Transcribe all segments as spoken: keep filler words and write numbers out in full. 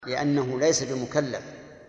لأنه ليس بمكلف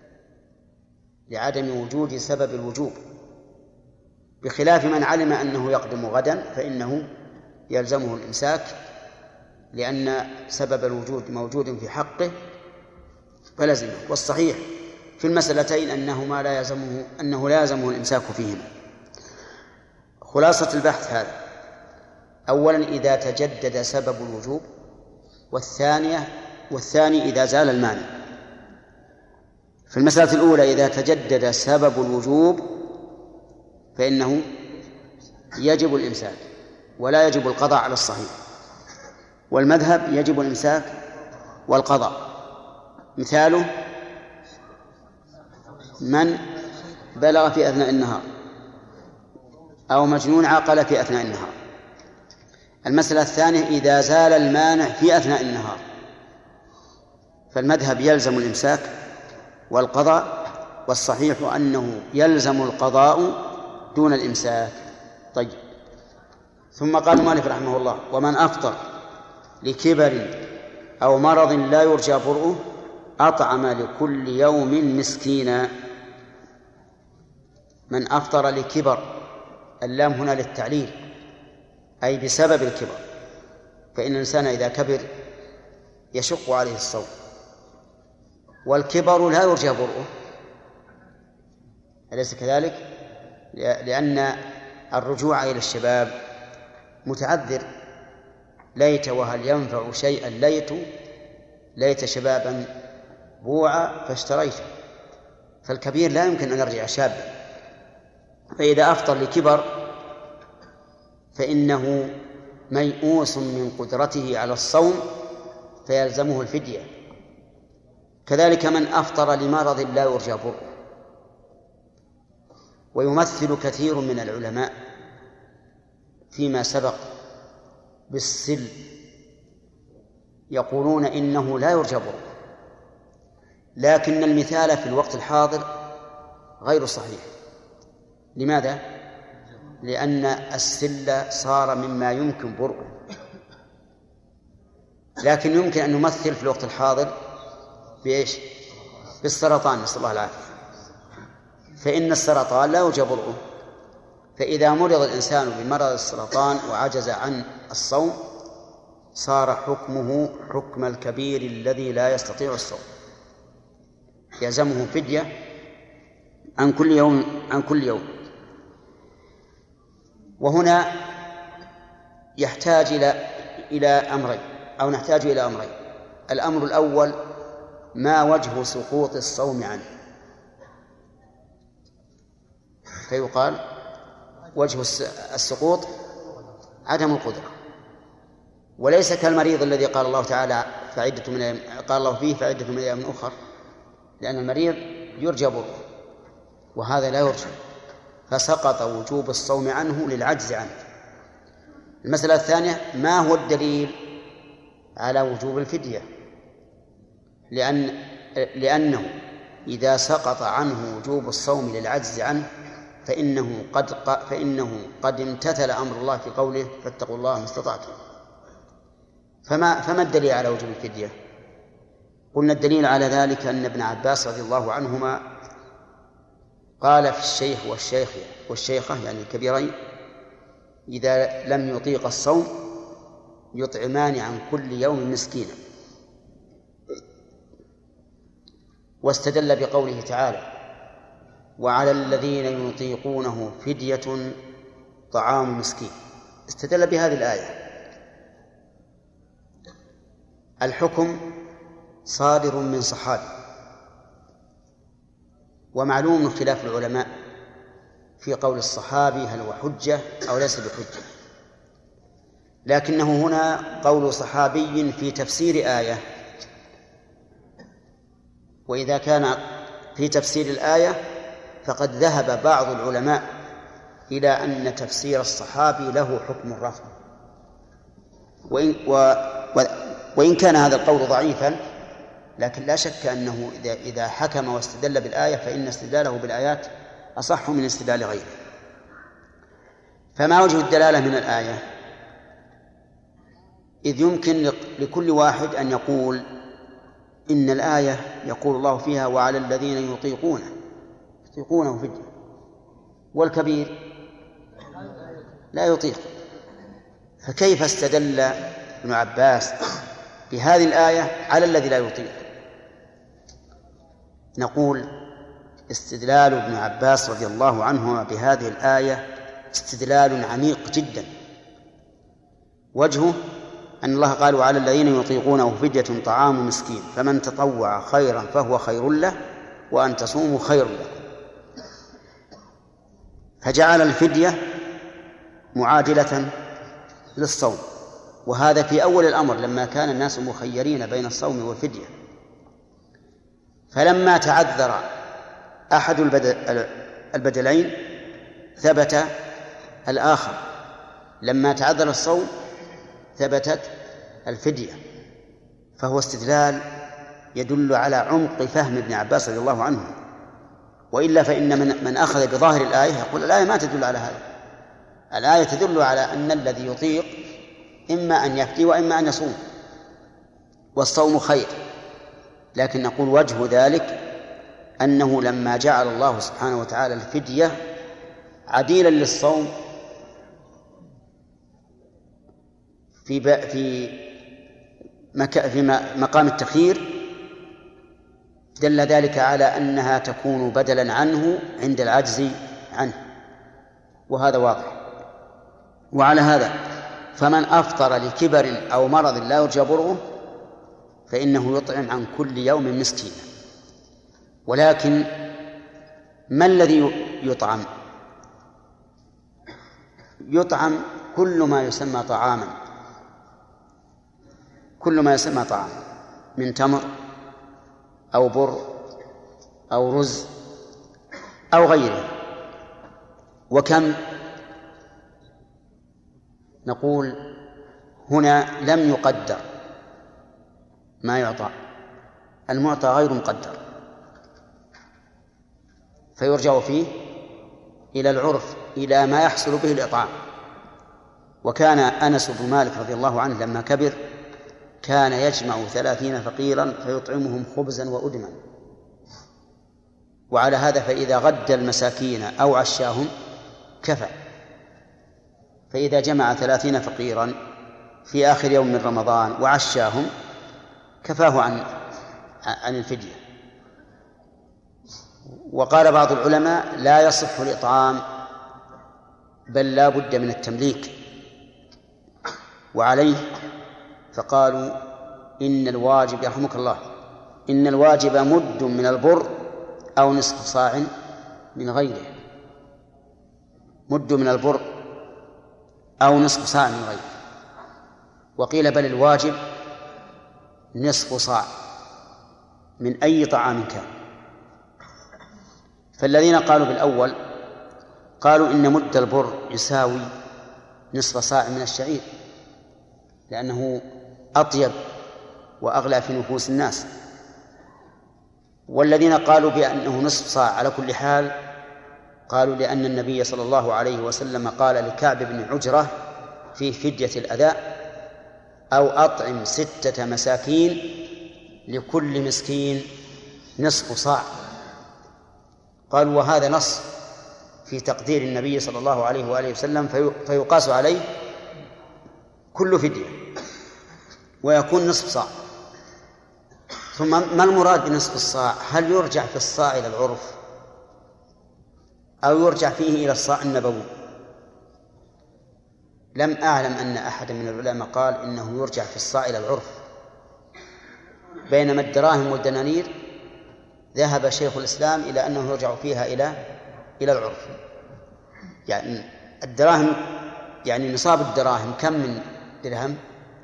لعدم وجود سبب الوجوب، بخلاف من علم أنه يقدم غدا فإنه يلزمه الإمساك لأن سبب الوجود موجود في حقه فلزمه. والصحيح في المسألتين أنهما لا يلزمه أنه لا يلزمه الإمساك فيهما. خلاصة البحث هذا: أولا إذا تجدد سبب الوجوب، والثانية والثاني إذا زال المانع. في المسألة الأولى إذا تجدد سبب الوجوب فإنه يجب الإمساك ولا يجب القضاء على الصحيح، والمذهب يجب الإمساك والقضاء. مثاله من بلغ في أثناء النهار أو مجنون عقل في أثناء النهار. المسألة الثانية إذا زال المانع في أثناء النهار فالمذهب يلزم الإمساك والقضاء، والصحيح أنه يلزم القضاء دون الإمساك. طيب، ثم قال المؤلف رحمه الله: ومن أفطر لكبر أو مرض لا يرجى برؤه أطعم لكل يوم مسكينا. من أفطر لكبر، اللام هنا للتعليل أي بسبب الكبر، فإن الإنسان إذا كبر يشق عليه الصوم، والكبر لا يرجى برؤه، أليس كذلك؟ لأن الرجوع إلى الشباب متعذر. ليت وهل ينفع شيئا ليت ليت شبابا بوعا فاشتريته. فالكبير لا يمكن أن يرجع شابا، فإذا أفطر لكبر فإنه ميؤوس من قدرته على الصوم فيلزمه الفدية. كذلك من أفطر لمرض لا يرجى برؤه. ويمثل كثير من العلماء فيما سبق بالسل، يقولون إنه لا يرجى برؤه، لكن المثال في الوقت الحاضر غير صحيح. لماذا؟ لأن السل صار مما يمكن برؤه، لكن يمكن أن نمثل في الوقت الحاضر بإيش؟ بالسرطان، نسأل الله العافية. فإن السرطان لا يرجى برؤه، فإذا مرض الإنسان بمرض السرطان وعجز عن الصوم صار حكمه حكم الكبير الذي لا يستطيع الصوم، يلزمه فدية عن كل يوم عن كل يوم. وهنا يحتاج إلى إلى أمرين أو نحتاج إلى أمرين. الأمر الأول: ما وجه سقوط الصوم عنه؟ فيقال وجه السقوط عدم القدرة، وليس كالمريض الذي قال الله تعالى فعدة من قال الله فيه فعدة من أيام أخر، لأن المريض يرجى برؤه وهذا لا يرجى، فسقط وجوب الصوم عنه للعجز عنه. المسألة الثانية: ما هو الدليل على وجوب الفدية؟ لأن لأنه إذا سقط عنه وجوب الصوم للعجز عنه فإنه قد فإنه قد امتثل أمر الله في قوله فاتقوا الله ما استطعتم. فما فما الدليل على وجوب الفدية؟ قلنا الدليل على ذلك أن ابن عباس رضي الله عنهما قال في الشيخ والشيخ والشيخة يعني الكبيرين إذا لم يطيق الصوم يطعمان عن كل يوم مسكينا، واستدل بقوله تعالى: وعلى الذين يطيقونه فدية طعام مسكين. استدل بهذه الآية. الحكم صادر من صحابي، ومعلوم من خلاف العلماء في قول الصحابي هل هو حجة أو ليس بحجة، لكنه هنا قول صحابي في تفسير آية، وإذا كان في تفسير الآية فقد ذهب بعض العلماء إلى أن تفسير الصحابي له حكم الرفع، وإن, و وإن كان هذا القول ضعيفا، لكن لا شك أنه إذا, إذا حكم واستدل بالآية فإن استدلاله بالآيات أصح من استدلال غيره. فما وجه الدلالة من الآية؟ إذ يمكن لكل واحد أن يقول إن الآية يقول الله فيها وعلى الذين يطيقونه يطيقونه فدية، والكبير لا يطيق. فكيف استدل ابن عباس بهذه الآية على الذي لا يطيق؟ نقول استدلال ابن عباس رضي الله عنهما بهذه الآية استدلال عميق جدا. وجهه أن الله قال وعلى الذين يطيقونه فدية طعام مسكين فمن تطوع خيرا فهو خير له وأن تصوموا خير لكم، فجعل الفدية معادلة للصوم، وهذا في أول الأمر لما كان الناس مخيرين بين الصوم والفدية. فلما تعذر أحد البدلين ثبت الآخر، لما تعذر الصوم ثبتت الفدية. فهو استدلال يدل على عمق فهم ابن عباس رضي الله عنه، وإلا فإن من, من أخذ بظاهر الآية يقول الآية ما تدل على هذا. الآية تدل على أن الذي يطيق إما أن يفدي وإما أن يصوم، والصوم خير. لكن نقول وجه ذلك أنه لما جعل الله سبحانه وتعالى الفدية عديلا للصوم في في مك في مقام التخيير، دل ذلك على أنها تكون بدلا عنه عند العجز عنه، وهذا واضح. وعلى هذا فمن أفطر لكبر أو مرض لا يرجى برؤه فإنه يطعم عن كل يوم مسكينا. ولكن ما الذي يطعم؟ يطعم كل ما يسمى طعاما، كل ما يسمى طعاما من تمر أو بر أو رز أو غيره. وكم؟ نقول هنا لم يقدر ما يعطى، المعطى غير مقدر، فيرجع فيه إلى العرف، إلى ما يحصل به الإطعام. وكان أنس بن مالك رضي الله عنه لما كبر كان يجمع ثلاثين فقيرا فيطعمهم خبزا وأدما. وعلى هذا فإذا غدى المساكين أو عشاهم كفى. فإذا جمع ثلاثين فقيرا في آخر يوم من رمضان وعشاهم كفاه عن عن الفدية. وقال بعض العلماء لا يصح الإطعام بل لا بد من التمليك. وعليه فقالوا إن الواجب يرحمك الله إن الواجب مد من البر أو نصف صاع من غيره، مد من البر أو نصف صاع من غيره. وقيل بل الواجب نصف صاع من أي طعام كان. فالذين قالوا بالأول قالوا إن مد البر يساوي نصف صاع من الشعير لأنه أطيب وأغلى في نفوس الناس. والذين قالوا بأنه نصف صاع على كل حال قالوا لأن النبي صلى الله عليه وسلم قال لكعب بن عجرة في فدية الأداء أو أطعم ستة مساكين لكل مسكين نصف صاع. قالوا وهذا نص في تقدير النبي صلى الله عليه وآله وسلم فيقاس عليه كل فدية ويكون نصف صاع. ثم ما المراد بنصف الصاع؟ هل يرجع في الصاع إلى العرف أو يرجع فيه إلى الصاع النبوي؟ لم أعلم أن أحد من العلماء قال إنه يرجع في الصاع إلى العرف، بينما الدراهم والدنانير ذهب شيخ الإسلام إلى أنه يرجع فيها إلى إلى العرف. يعني الدراهم يعني نصاب الدراهم كم من درهم؟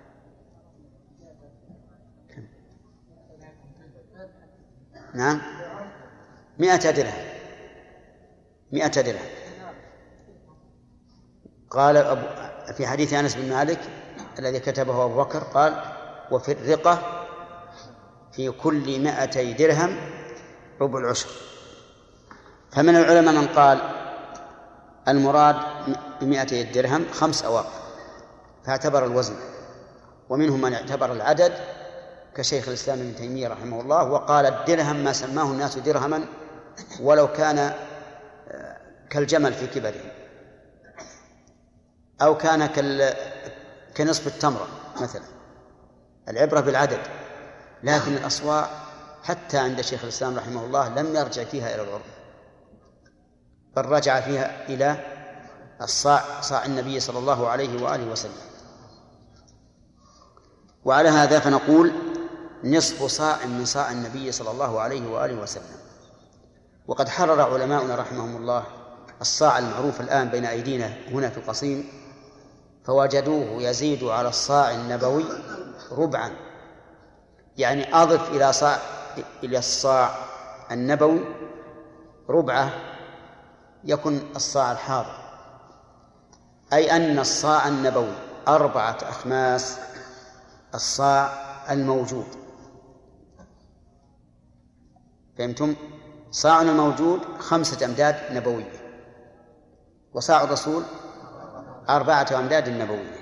كم؟ نعم مئة درهم، مئة درهم. قال أبو في حديث أنس بن مالك الذي كتبه أبو بكر قال وفي الرقة في كل مائتي درهم ربع العشر. فمن العلماء من قال المراد بمائتي الدرهم خمس أواق فاعتبر الوزن، ومنهم من اعتبر العدد كشيخ الإسلام ابن تيمية رحمه الله، وقال الدرهم ما سماه الناس درهما ولو كان كالجمل في كبره، أو كان كنصف التمرة مثلا. العبرة بالعدد، لكن الأصواع حتى عند شيخ الإسلام رحمه الله لم يرجع فيها إلى العرف، بل رجع فيها إلى الصاع، صاع النبي صلى الله عليه وآله وسلم. وعلى هذا فنقول نصف صاع من صاع النبي صلى الله عليه وآله وسلم. وقد حرر علماؤنا رحمهم الله الصاع المعروف الآن بين أيدينا هنا في القصيم، فوجدوه يزيد على الصاع النبوي ربعا، يعني أضف إلى صاع إلى الصاع النبوي ربعه يكن الصاع الحاضر، أي أن الصاع النبوي أربعة أخماس الصاع الموجود. فهمتم؟ صاع الموجود خمسة أمداد نبوية، وصاع الرسول أربعة أمداد نبوية.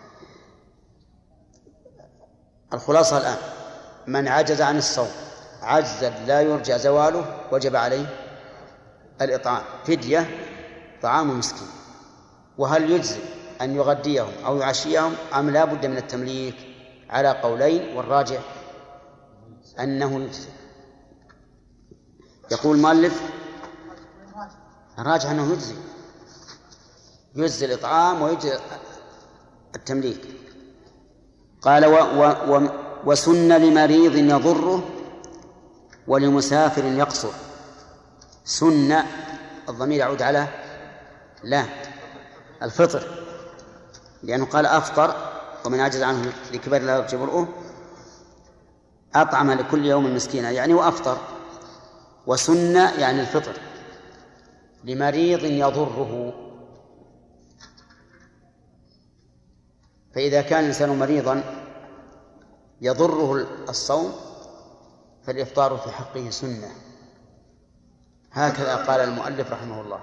الخلاصة الآن: من عجز عن الصوم عجزا لا يرجى زواله وجب عليه الإطعام، فدية طعام مسكين. وهل يجزي أن يغديهم أو يعشيهم أم لا بد من التمليك؟ على قولين، والراجح أنه يجزي. يقول المؤلف الراجح أنه يجزي، يجزي الإطعام ويجزي التمليك. قال و و و وسن لمريض يضره ولمسافر يقصر. سن الضمير يعود على لا الفطر، لأنه قال أفطر ومن عجز عنه لكبر لا يرجى برؤه أطعم لكل يوم مسكينا، يعني وأفطر. وسن يعني الفطر لمريض يضره، فإذا كان الإنسان مريضا يضره الصوم فالإفطار في حقه سنة، هكذا قال المؤلف رحمه الله.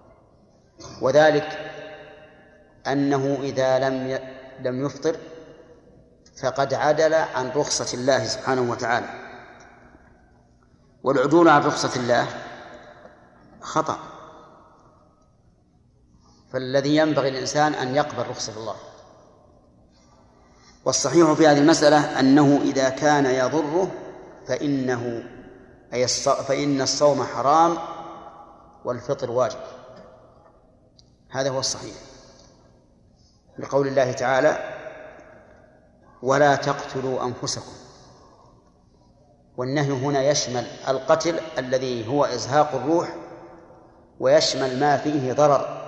وذلك أنه إذا لم لم يفطر فقد عدل عن رخصة الله سبحانه وتعالى، والعدول عن رخصة الله خطأ، فالذي ينبغي الإنسان أن يقبل رخصة الله. والصحيح في هذه المسألة أنه إذا كان يضره فإنه أي فإن الصوم حرام والفطر واجب، هذا هو الصحيح، لقول الله تعالى: ولا تقتلوا أنفسكم. والنهي هنا يشمل القتل الذي هو إزهاق الروح، ويشمل ما فيه ضرر.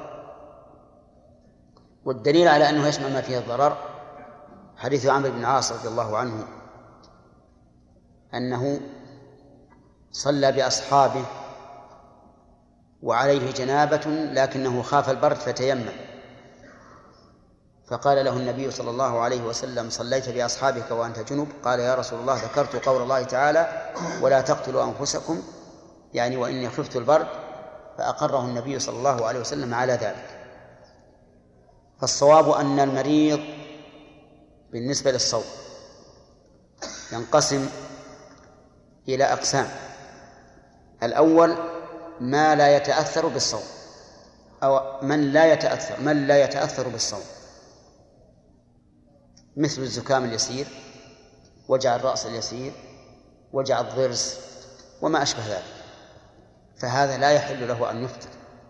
والدليل على أنه يشمل ما فيه الضرر حديث عمرو بن العاص رضي الله عنه أنه صلى بأصحابه وعليه جنابة لكنه خاف البرد فتيمم، فقال له النبي صلى الله عليه وسلم: صليت بأصحابك وأنت جنب؟ قال: يا رسول الله ذكرت قول الله تعالى: ولا تقتلوا أنفسكم، يعني وإني خفت البرد، فأقره النبي صلى الله عليه وسلم على ذلك. فالصواب أن المريض بالنسبة للصوم ينقسم إلى أقسام: الأول ما لا يتأثر بالصوم، أو من لا يتأثر من لا يتأثر بالصوم، مثل الزكام اليسير، وجع الرأس اليسير، وجع الضرس وما أشبه ذلك، فهذا لا يحل له أن يفطر.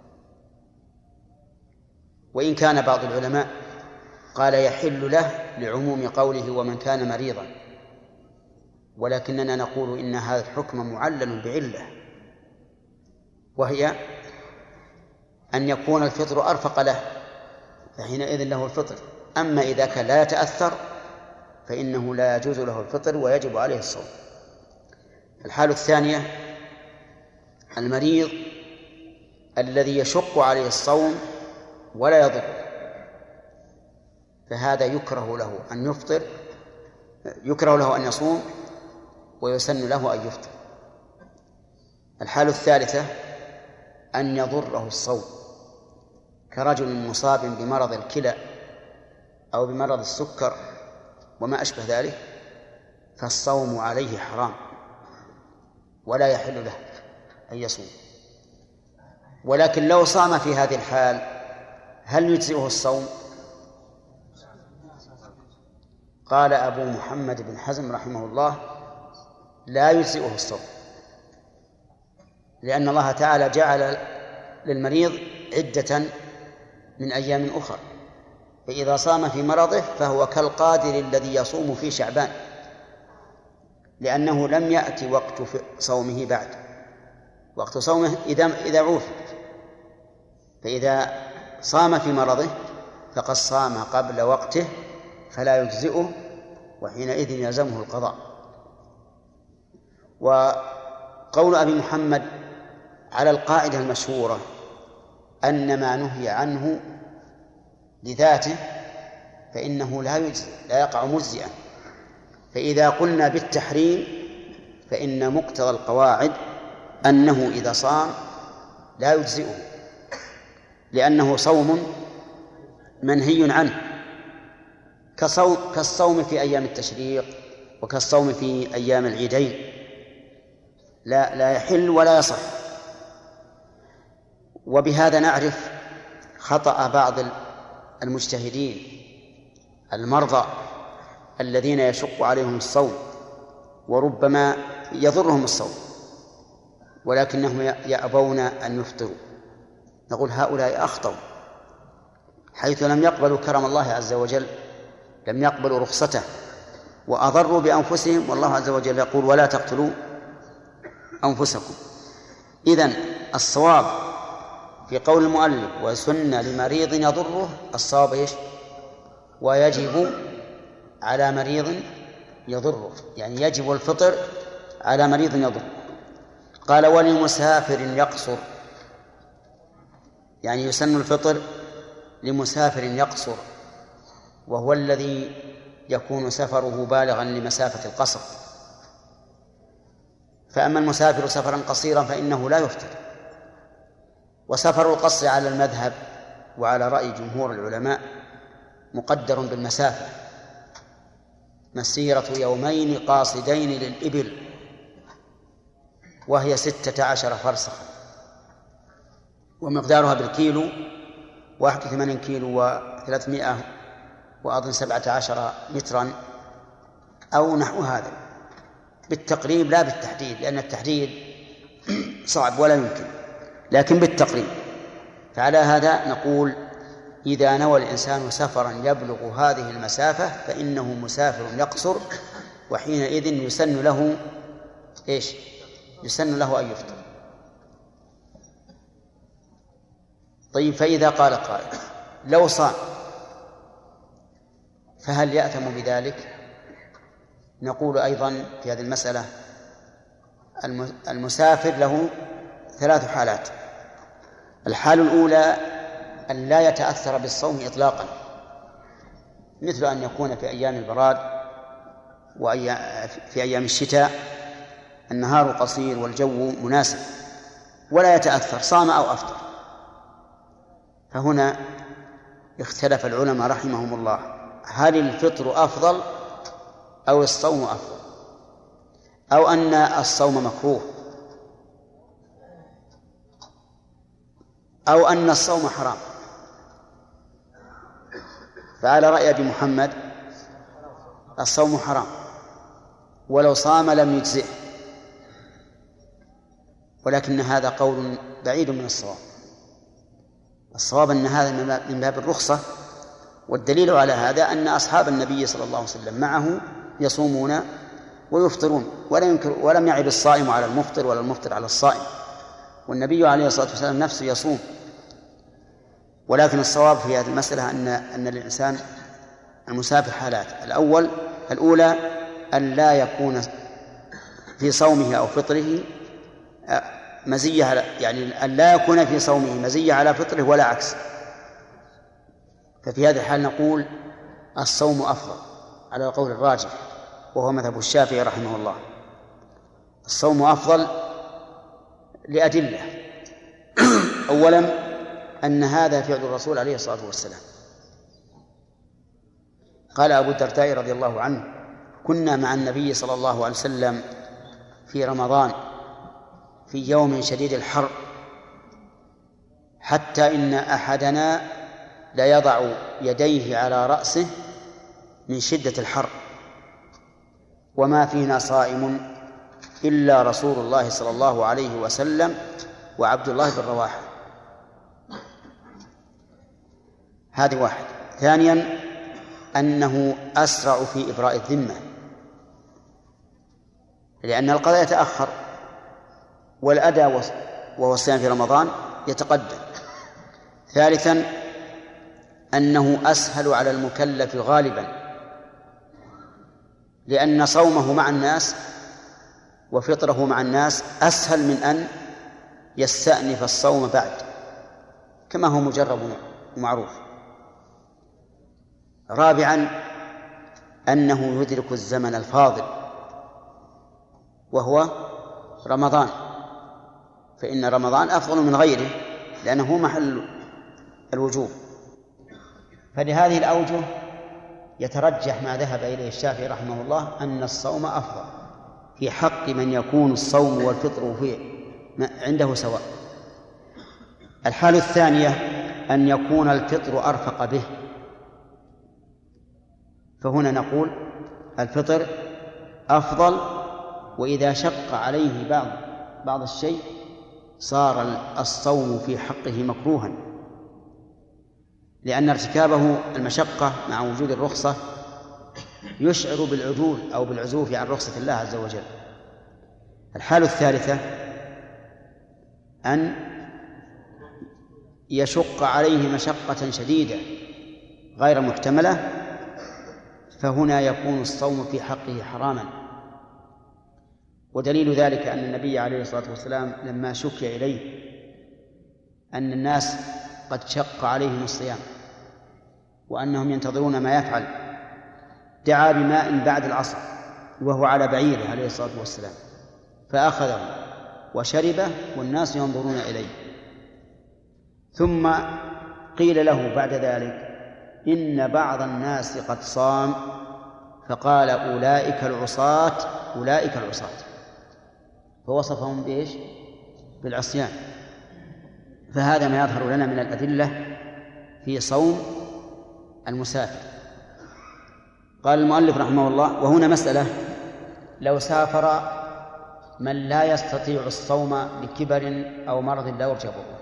وإن كان بعض العلماء قال يحل له لعموم قوله ومن كان مريضا، ولكننا نقول إن هذا الحكم معلل بعلة، وهي أن يكون الفطر أرفق له، فحينئذ له الفطر. أما إذا كان لا يتأثر فإنه لا يجوز له الفطر ويجب عليه الصوم. الحالة الثانية المريض الذي يشق عليه الصوم ولا يضر، فهذا يكره له أن يفطر، يكره له أن يصوم، ويسن له أن يفطر. الحالة الثالثة أن يضره الصوم، كرجل مصاب بمرض الكلى أو بمرض السكر وما أشبه ذلك، فالصوم عليه حرام ولا يحل له أن يصوم. ولكن لو صام في هذه الحال هل يجزئه الصوم؟ قال أبو محمد بن حزم رحمه الله لا يجزئه الصوم، لأن الله تعالى جعل للمريض عدة من أيام أخرى، فإذا صام في مرضه فهو كالقادر الذي يصوم في شعبان، لأنه لم يأتي وقت صومه بعد، وقت صومه إذا إذا عوف، فإذا صام في مرضه فقد صام قبل وقته فلا يجزئه، وحينئذ يلزمه القضاء. وقول أبي محمد على القاعدة المشهورة أن ما نهي عنه لذاته فإنه لا يجزئ، لا يقع مجزئا. فإذا قلنا بالتحريم فإن مقتضى القواعد أنه إذا صام لا يجزئه، لأنه صوم منهي عنه، كصوم كالصوم في أيام التشريق وكالصوم في أيام العيدين، لا لا يحل ولا يصح. وبهذا نعرف خطأ بعض المجتهدين المرضى الذين يشق عليهم الصوم وربما يضرهم الصوم ولكنهم يأبون أن يفطروا. نقول هؤلاء أخطأوا، حيث لم يقبلوا كرم الله عز وجل، لم يقبلوا رخصته، وأضروا بأنفسهم، والله عز وجل يقول ولا تقتلوا أنفسكم. إذن الصواب في قول المؤلف وسنة لمريض يضره، الصواب إيش؟ ويجب على مريض يضره، يعني يجب الفطر على مريض يضره. قال ولمسافر يقصر، يعني يسن الفطر لمسافر يقصر، وهو الذي يكون سفره بالغا لمسافة القصر. فأما المسافر سفرا قصيرا فإنه لا يفطر. وسفر القصر على المذهب وعلى رأي جمهور العلماء مقدر بالمسافة، مسيرة يومين قاصدين للإبل، وهي ستة عشر فرسخا، ومقدارها بالكيلو واحد وثمانين كيلو وثلاثمائة وأظن سبعة عشر مترا أو نحو هذا، بالتقريب لا بالتحديد، لأن التحديد صعب ولا يمكن، لكن بالتقريب. فعلى هذا نقول إذا نوى الإنسان سفرا يبلغ هذه المسافة فإنه مسافر يقصر، وحينئذ يسن له إيش؟ يسن له أن يفطر. طيب، فإذا قال قائل لو صام فهل يأثم بذلك؟ نقول أيضا في هذه المسألة المسافر له ثلاث حالات. الحال الأولى أن لا يتأثر بالصوم إطلاقا، مثل أن يكون في أيام البراد وفي أيام الشتاء النهار قصير والجو مناسب ولا يتأثر، صام أو أفطر. فهنا اختلف العلماء رحمهم الله، هل الفطر أفضل أو الصوم أفضل، أو أن الصوم مكروه، أو أن الصوم حرام. فعلى رأي أبي محمد الصوم حرام، ولو صام لم يجزئه، ولكن هذا قول بعيد من الصواب. الصواب أن هذا من باب الرخصة، والدليل على هذا أن أصحاب النبي صلى الله عليه وسلم معه يصومون ويفطرون، ولا ينكر ولم يعب الصائم على المفطر ولا المفطر على الصائم، والنبي عليه الصلاة والسلام نفسه يصوم. ولكن الصواب في هذه المسألة أن أن الإنسان المسافر حالات: الأول الأولى أن لا يكون في صومه أو فطره مزية على، يعني أن لا يكون في صومه مزية على فطره ولا عكس. ففي هذه الحال نقول الصوم أفضل على القول الراجح، وهو مذهب الشافعي رحمه الله. الصوم أفضل لأدلة. أولا أن هذا فعل الرسول عليه الصلاة والسلام. قال أبو الدرداء رضي الله عنه: كنا مع النبي صلى الله عليه وسلم في رمضان في يوم شديد الحر، حتى إن أحدنا لا يضع يديه على رأسه من شدة الحر، وما فينا صائم إلا رسول الله صلى الله عليه وسلم وعبد الله بن رواحة. هذه واحد. ثانيا أنه أسرع في إبراء الذمة، لأن القضاء يتأخر والأداء وهو الصيام في رمضان يتقدم. ثالثا أنه أسهل على المكلف غالبا، لأن صومه مع الناس وفطره مع الناس أسهل من أن يستأنف الصوم بعد، كما هو مجرب ومعروف. رابعا أنه يدرك الزمن الفاضل وهو رمضان، فإن رمضان أفضل من غيره لأنه محل الوجوب. فلهذه الأوجه يترجح ما ذهب إليه الشافعي رحمه الله أن الصوم أفضل في حق من يكون الصوم والفطر فيه عنده سواء. الحالة الثانية أن يكون الفطر أرفق به، فهنا نقول الفطر أفضل، وإذا شق عليه بعض بعض الشيء صار الصوم في حقه مكروها، لأن ارتكابه المشقة مع وجود الرخصة يشعر بالعدول أو بالعزوف عن رخصة الله عز وجل. الحالة الثالثة أن يشق عليه مشقة شديدة غير محتملة، فهنا يكون الصوم في حقه حراما. ودليل ذلك أن النبي عليه الصلاة والسلام لما شكي إليه أن الناس قد شق عليهم الصيام وأنهم ينتظرون ما يفعل، دعا بماء بعد العصر وهو على بعيره عليه الصلاة والسلام، فأخذه وشربه والناس ينظرون إليه. ثم قيل له بعد ذلك إن بعض الناس قد صام، فقال أولئك العصاة أولئك العصاة، فوصفهم بإيش؟ بالعصيان. فهذا ما يظهر لنا من الأدلة في صوم المسافر. قال المؤلف رحمه الله: وهنا مسألة، لو سافر من لا يستطيع الصوم لكبر أو مرض لا يرجى برؤه،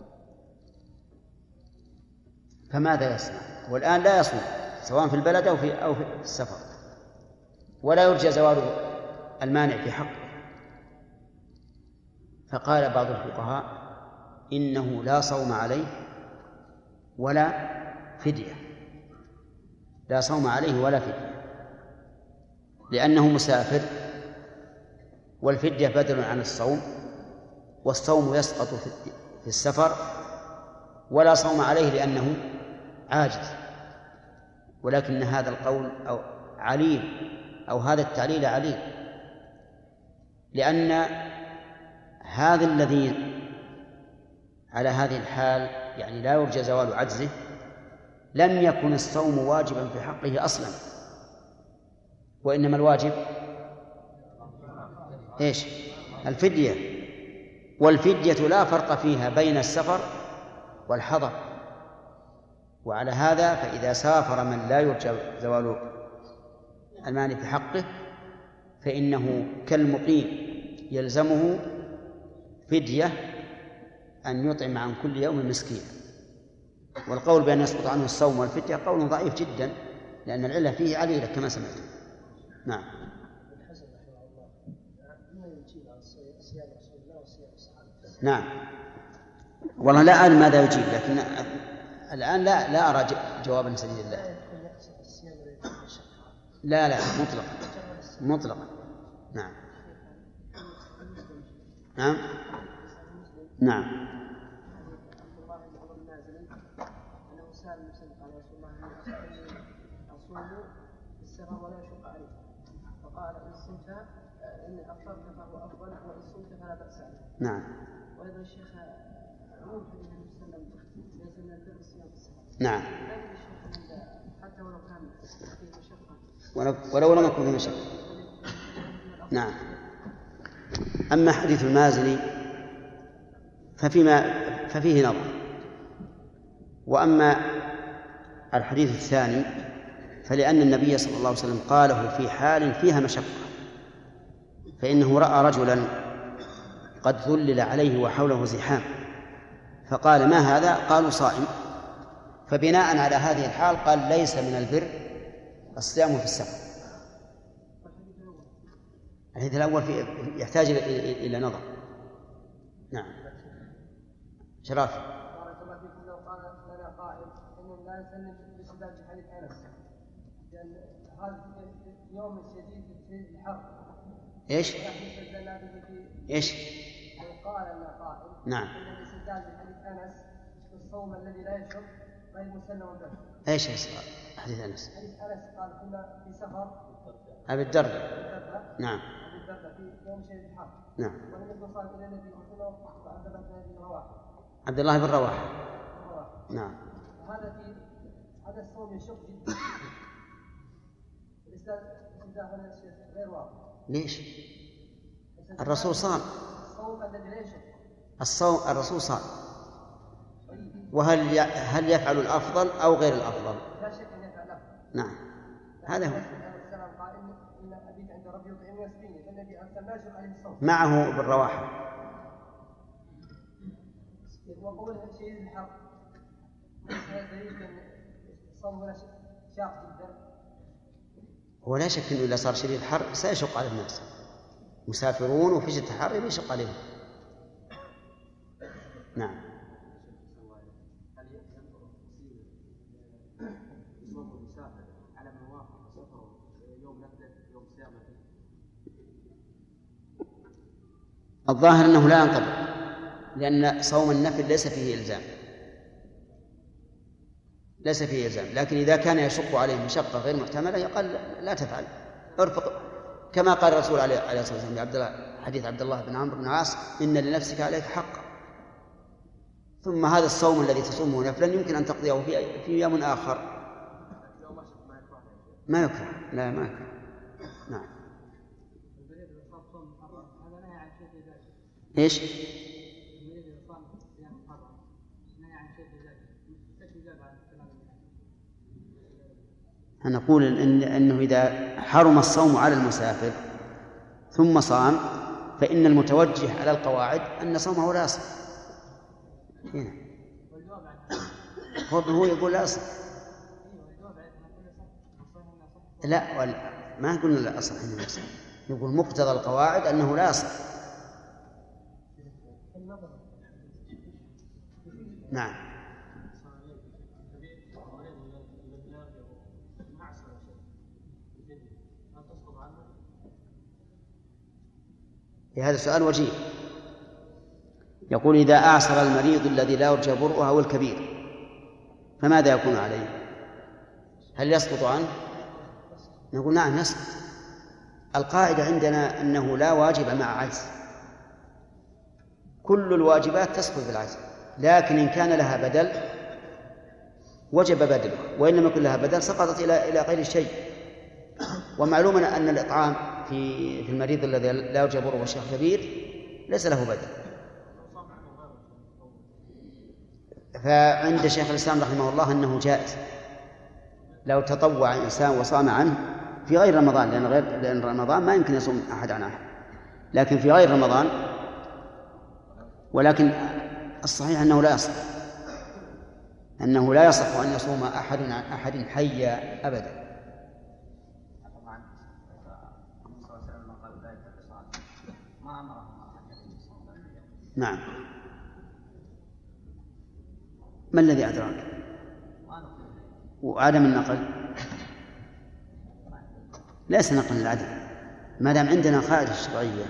فماذا يصنع؟ والآن لا يصوم سواء في البلد أو في أو في السفر، ولا يرجى زوال المانع في حقه. فقال بعض الفقهاء إنه لا صوم عليه ولا فدية، لا صوم عليه ولا فدية، لأنه مسافر، والفدية بدل عن الصوم، والصوم يسقط في السفر، ولا صوم عليه لأنه عاجز. ولكن هذا القول أو عليل أو هذا التعليل عليل، لأن هذا الذي على هذه الحال يعني لا يرجى زوال عجزه لم يكن الصوم واجبا في حقه أصلا، وإنما الواجب إيش؟ الفدية. والفدية لا فرق فيها بين السفر والحضر. وعلى هذا فإذا سافر من لا يرجى زوال المانع في حقه فإنه كالمقيم يلزمه فدية أن يطعم عن كل يوم مسكين. والقول بأن يسقط عنه الصوم والفدية قول ضعيف جدا، لأن العلة فيه عليلة كما سمعت. نعم. نعم، والله لا أعلم ماذا يجيب، لكن الآن لا لا أرى جوابا سديدا. لا لا لا مطلقا مطلقا. نعم نعم نعم. ولا يشق عليه، فقال إن صمت إن أفطرت فهو أفضل، وإن صمت فلا بأس عليه. نعم. وأيضا الشيخ عموم في النبي صلى الله عليه وسلم ليس من البر الصيام في السفر. نعم. لكن الشيخ حتى ولو كان فيه مشقة ولو لم يكن في مشقة. نعم. أما حديث المازني ففيما ففيه نظر. وأما الحديث الثاني فلأن النبي صلى الله عليه وسلم قاله في حال فيها مشقة، فإنه رأى رجلا قد ذلل عليه وحوله زحام فقال: ما هذا؟ قالوا: صائم. فبناء على هذه الحال قال: ليس من البر الصيام في السفر. الحديث الأول يحتاج إلى نظر. نعم. شرف. بارك الله فيكم. لو قال لنا قائل إن لا نسلم باستدلال بحديث أنس، لأن هذا يوم شديد الحر. إيش؟ إيش؟ لو قال لنا قائل نعم إن الاستدلال بحديث أنس الصوم الذي لا يشرب غير مسلم به. إيش حديث أنس؟ حديث أنس قال: كنا في سفر أبي الدرداء. نعم. أبي الدرداء في يوم شديد الحر. نعم. والنبي صلى الله عليه وسلم إلى النبي صلى الله عليه وسلم عبد الله بن رواحة. نعم. هذا في هذا الصوم يشق جدا. الاستدلال هنا غير واضح. ليش؟ الرسول صام. الصوم الذي لا يشق. الصوم الرسول صام. وهل هل يفعل الأفضل أو غير الأفضل؟ لا شك أن يفعل الأفضل. نعم. هذا هو. معه بالرواحة. وقوله شديد الحر هذا دليل أن الصوم هنا شاق جدا. هو لا شك أنه إذا صار شديد الحر سيشق على الناس، مسافرون وفي شدة الحر يشق عليهم. نعم. هل ينظر يصوم المسافر على من وافق سفره يوم نفله يوم صيامه؟ الظاهر أنه لا ينطبق، لأن صوم النفل ليس فيه إلزام، ليس فيه إلزام. لكن إذا كان يشق عليه مشقة غير محتملة يقال لا تفعل، ارفق، كما قال الرسول عليه الصلاة والسلام لعبد الله، حديث عبد الله بن عمرو بن العاص: إن لنفسك عليك حقا. ثم هذا الصوم الذي تصومه نفلا يمكن أن تقضيه في في يوم آخر. ما يكره. لا ما يكره. نعم. إيش؟ نقول إن أنه إذا حرم الصوم على المسافر ثم صام فإن المتوجه على القواعد أن صومه لا يصح. هنا هو يقول لا يصح. لا ما قلنا لا يصح، إنه يصح. يقول مقتضى القواعد أنه لا يصح. نعم. هذا سؤال وجيه. يقول: إذا أعسر المريض الذي لا يرجى برؤه أو الكبير فماذا يكون عليه؟ هل يسقط عنه؟ نقول: نعم يسقط. القاعدة عندنا أنه لا واجب مع عجز، كل الواجبات تسقط بالعجز، لكن إن كان لها بدل وجب بدله، وإن لم يكن لها بدل سقطت إلى إلى غير شيء. ومعلوم أن الإطعام في في المريض الذي لا يرجى برؤه والشيخ كبير ليس له بدل. فعند شيخ الإسلام رحمه الله أنه جائز لو تطوع إنسان وصام عنه في غير رمضان، لأن غير لأن رمضان ما يمكن يصوم أحد عن أحد، لكن في غير رمضان. ولكن الصحيح أنه لا يصح أنه لا يصح أن يصوم أحد عن أحد حيا أبدا. نعم. ما الذي أدراك؟ وعدم النقل ليس نقل العدم، ما دام عندنا قاعدة شرعية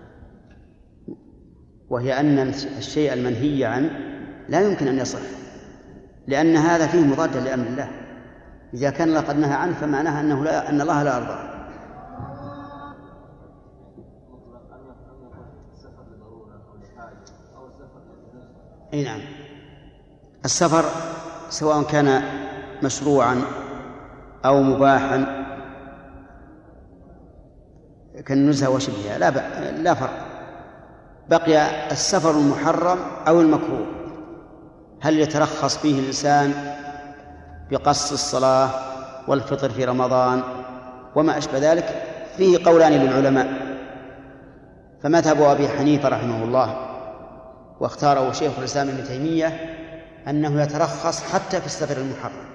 وهي أن الشيء المنهي عنه لا يمكن أن يصح، لأن هذا فيه مضاد لأمر الله. إذا كان الله قد نهى عنه فمعناها أنه لا أن الله لا يرضى. أي نعم. السفر سواء كان مشروعا أو مباحا كالنزهة وشبهها لا ب... لا فرق. بقي السفر المحرم أو المكروه، هل يترخص فيه الإنسان بقص الصلاة والفطر في رمضان وما أشبه ذلك؟ فيه قولان للعلماء، فمذهب أبي حنيفة رحمه الله واختاره شيخ الإسلام ابن تيمية أنه يترخص حتى في السفر المحرم.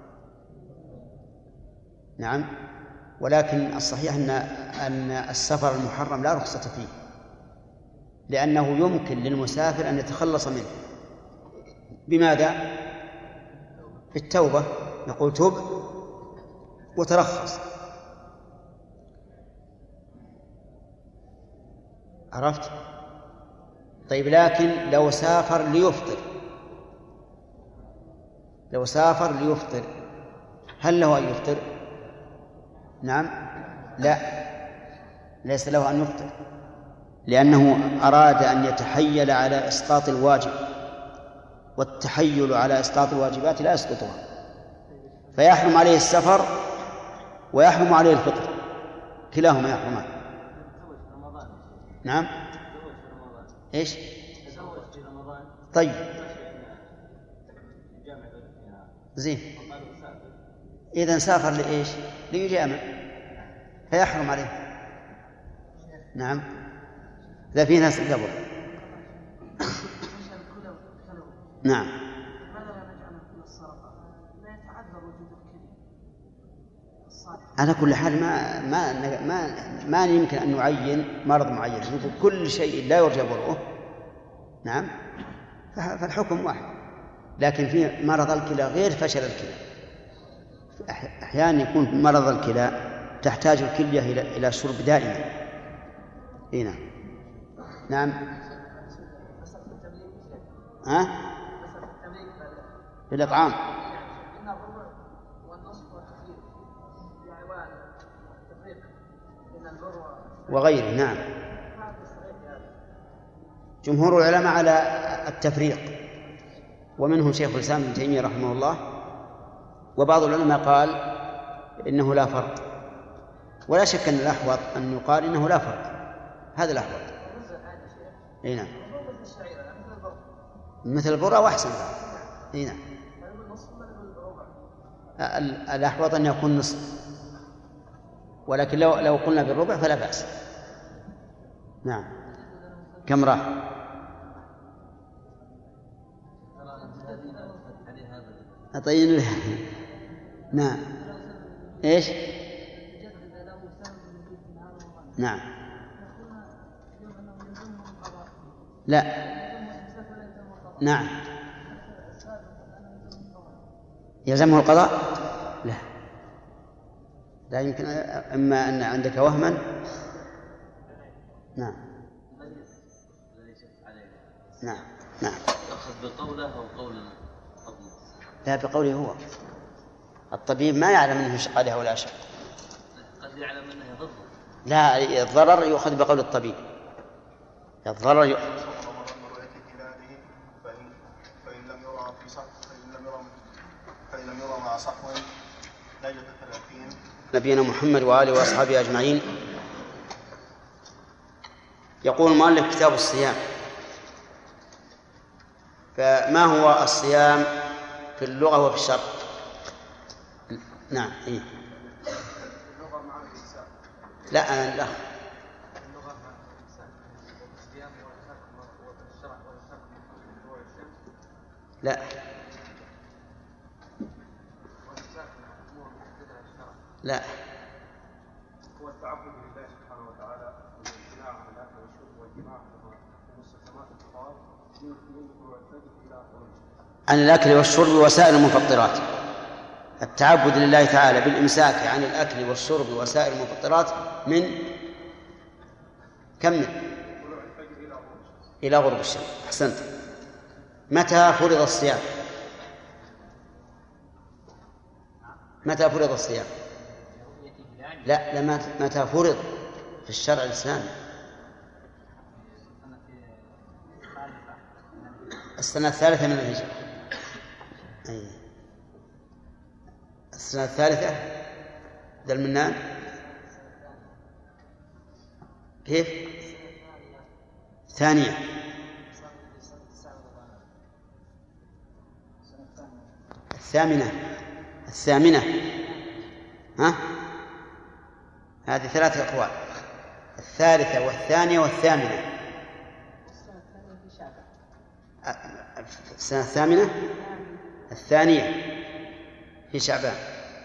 نعم، ولكن الصحيح أن أن السفر المحرم لا رخصة فيه، لأنه يمكن للمسافر أن يتخلص منه. بماذا؟ بالتوبة، نقول تب وترخص. عرفت؟ طيب، لكن لو سافر ليفطر لو سافر ليفطر هل له أن يفطر؟ نعم، لا، ليس له أن يفطر، لأنه أراد أن يتحيل على إسقاط الواجب، والتحيل على إسقاط الواجبات لا يسقطها، فيحرم عليه السفر ويحرم عليه الفطر، كلاهما يحرمان. نعم، إيش؟ طيب، زين، إذن سافر لإيش؟ ليجامع فيحرم عليه. نعم، إذا في ناس قبل. نعم، على كل حال ما ما ما ما يمكن أن نعين مرض معين، نقول كل شيء لا يرجى برؤه. نعم، فالحكم واحد، لكن في مرض الكلى غير فشل الكلى. أحيانا يكون مرض الكلى تحتاج الكلية إلى إلى شرب دائما. هنا نعم، ها في الإطعام وغيره. نعم، جمهور العلماء على التفريق، ومنهم شيخ الإسلام ابن تيمية رحمه الله، وبعض العلماء قال إنه لا فرق، ولا شك أن الأحوط أن يقال إنه لا فرق، هذا الأحوط. إيه نعم، مثل البرة وأحسن. إيه نعم، الأحوط أن يكون نصف، ولكن لو لو قلنا بالربع فلا بأس. نعم، كم راح؟ أطين له. نعم، إيش؟ نعم، لا، نعم، يلزمه القضاء؟ لا، لا يمكن، إما أن عندك وهما. نعم، نعم، نعم، أخذ بقوله أو قول الطبيب؟ لا، بقوله هو. الطبيب ما يعلم أنه يشق عليه ولا شق، قد يعلم أنه يضر. لا، الضرر يؤخذ بقول الطبيب، الضرر ي... فإن لم يرى في صح فإن لم يرى فإن لم يرى مع صحو ليلة ثلاثين. نبينا محمد وآله وأصحابه أجمعين. يقول المؤلف كتاب الصيام، فما هو الصيام في اللغة وفي الشرع؟ نعم، إيه؟ لا، أنا لا لا لا هو التعبد لله سبحانه وتعالى والامتناع عن الاكل والشرب والجماع في مستلزمات الفطار من طلوع الفجر الى غروب الشمس. عن الأكل والشرب وسائر المفطرات، التعبد لله تعالى بالإمساك عن الأكل والشرب وسائر المفطرات من كم؟ إلى غروب الشمس. أحسنت. متى فرض الصيام؟ متى فرض الصيام؟ لا، لما متى فرض في الشرع الإسلامي؟ السنة الثالثة من الهجرة. أي السنة الثالثة ذا المنان. كيف؟ ثانية. الثامنة الثامنة ها؟ هذه ثلاثة أقوال، الثالثة والثانية والثامنة. السنة الثامنة الثانية في شعبان،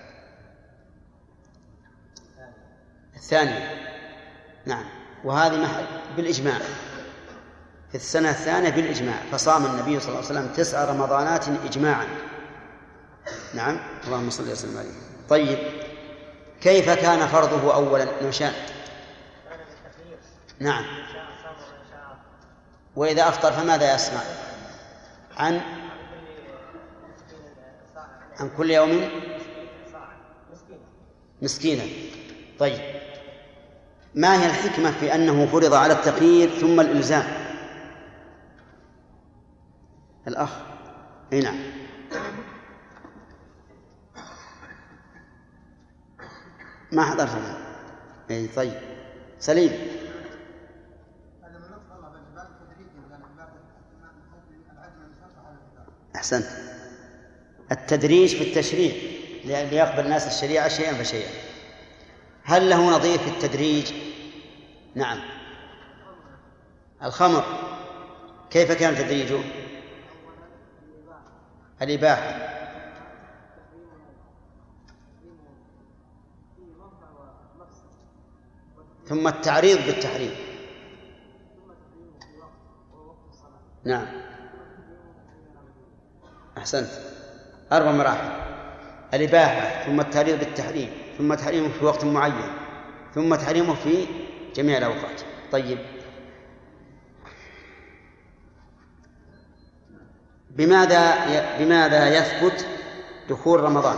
الثانية نعم، وهذه محل بالإجماع في السنة الثانية بالإجماع، فصام النبي صلى الله عليه وسلم تسع رمضانات إجماعا. نعم، اللهم صل وسلم عليه. طيب، كيف كان فرضه أولا؟ نوشان. نعم. وإذا أفطر فماذا يصنع؟ عن عن كل يوم مسكينا. طيب، ما هي الحكمة في أنه فرض على التقييد ثم الإلزام؟ الأخ. أي نعم. ما حضرت أنا. أي طيب، سليم. أحسنت. التدريج في التشريع ليقبل الناس الشريعة شيئا فشيئا. هل له نظير في التدريج؟ نعم، الخمر. كيف كان تدريجه؟ الإباحة، ثم التعريض بالتحريم. نعم، أحسنت. أربع مراحل: الإباحة، ثم التعريض بالتحريم، ثم تحريمه في وقت معين، ثم تحريمه في جميع الأوقات. طيب، بماذا بماذا يثبت دخول رمضان؟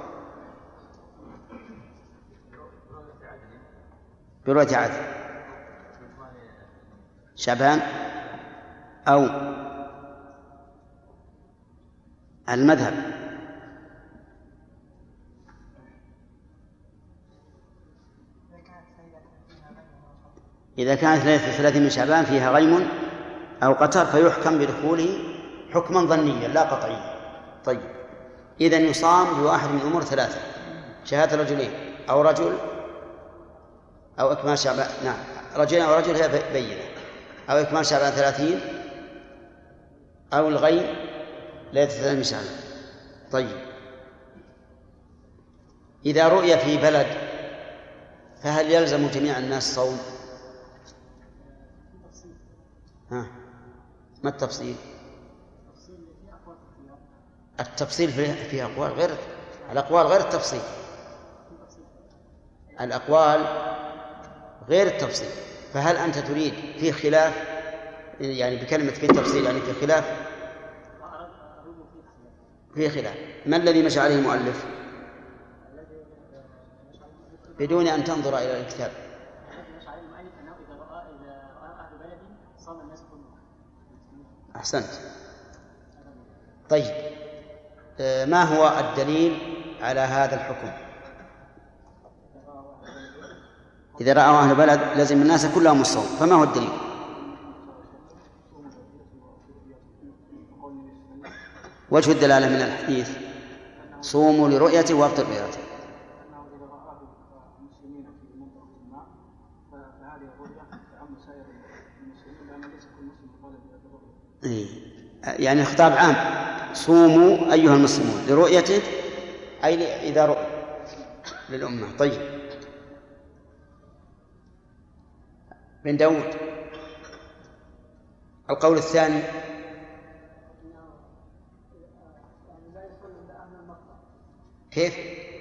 برؤية عدل شعبان أو المذهب؟ إذا كانت ليلة الثلاثين من شعبان فيها غيم أو قتر فيحكم بدخوله حكما ظنيا لا قطعيا. طيب، إذن يصام بواحد من أمور ثلاثة: شهادة رجلين أو رجل أو إكمال شعبان، نعم رجلين أو رجل هي بينة، أو إكمال شعبان ثلاثين، أو الغيم ليلة الثلاثين من شعبان. طيب، إذا رؤي في بلد فهل يلزم جميع الناس صوم؟ ها، ما التفصيل؟ التفصيل فيه أقوال غير الأقوال غير التفصيل. الأقوال غير التفصيل. فهل أنت تريد فيه خلاف، يعني بكلمة في التفصيل يعني في خلاف؟ فيه خلاف. ما الذي مشى عليه المؤلف بدون أن تنظر إلى الكتاب؟ أحسنت. طيب، ما هو الدليل على هذا الحكم؟ إذا رأوا أهل بلد لازم الناس كلهم الصوم، فما هو الدليل؟ وجه الدلالة من الحديث: صوموا لرؤيته وافطروا لرؤيته. يعني خطاب عام: صوموا أيها المسلمون لرؤيته، أي إذا رؤي للأمة. طيب، بن داود القول الثاني: كيف؟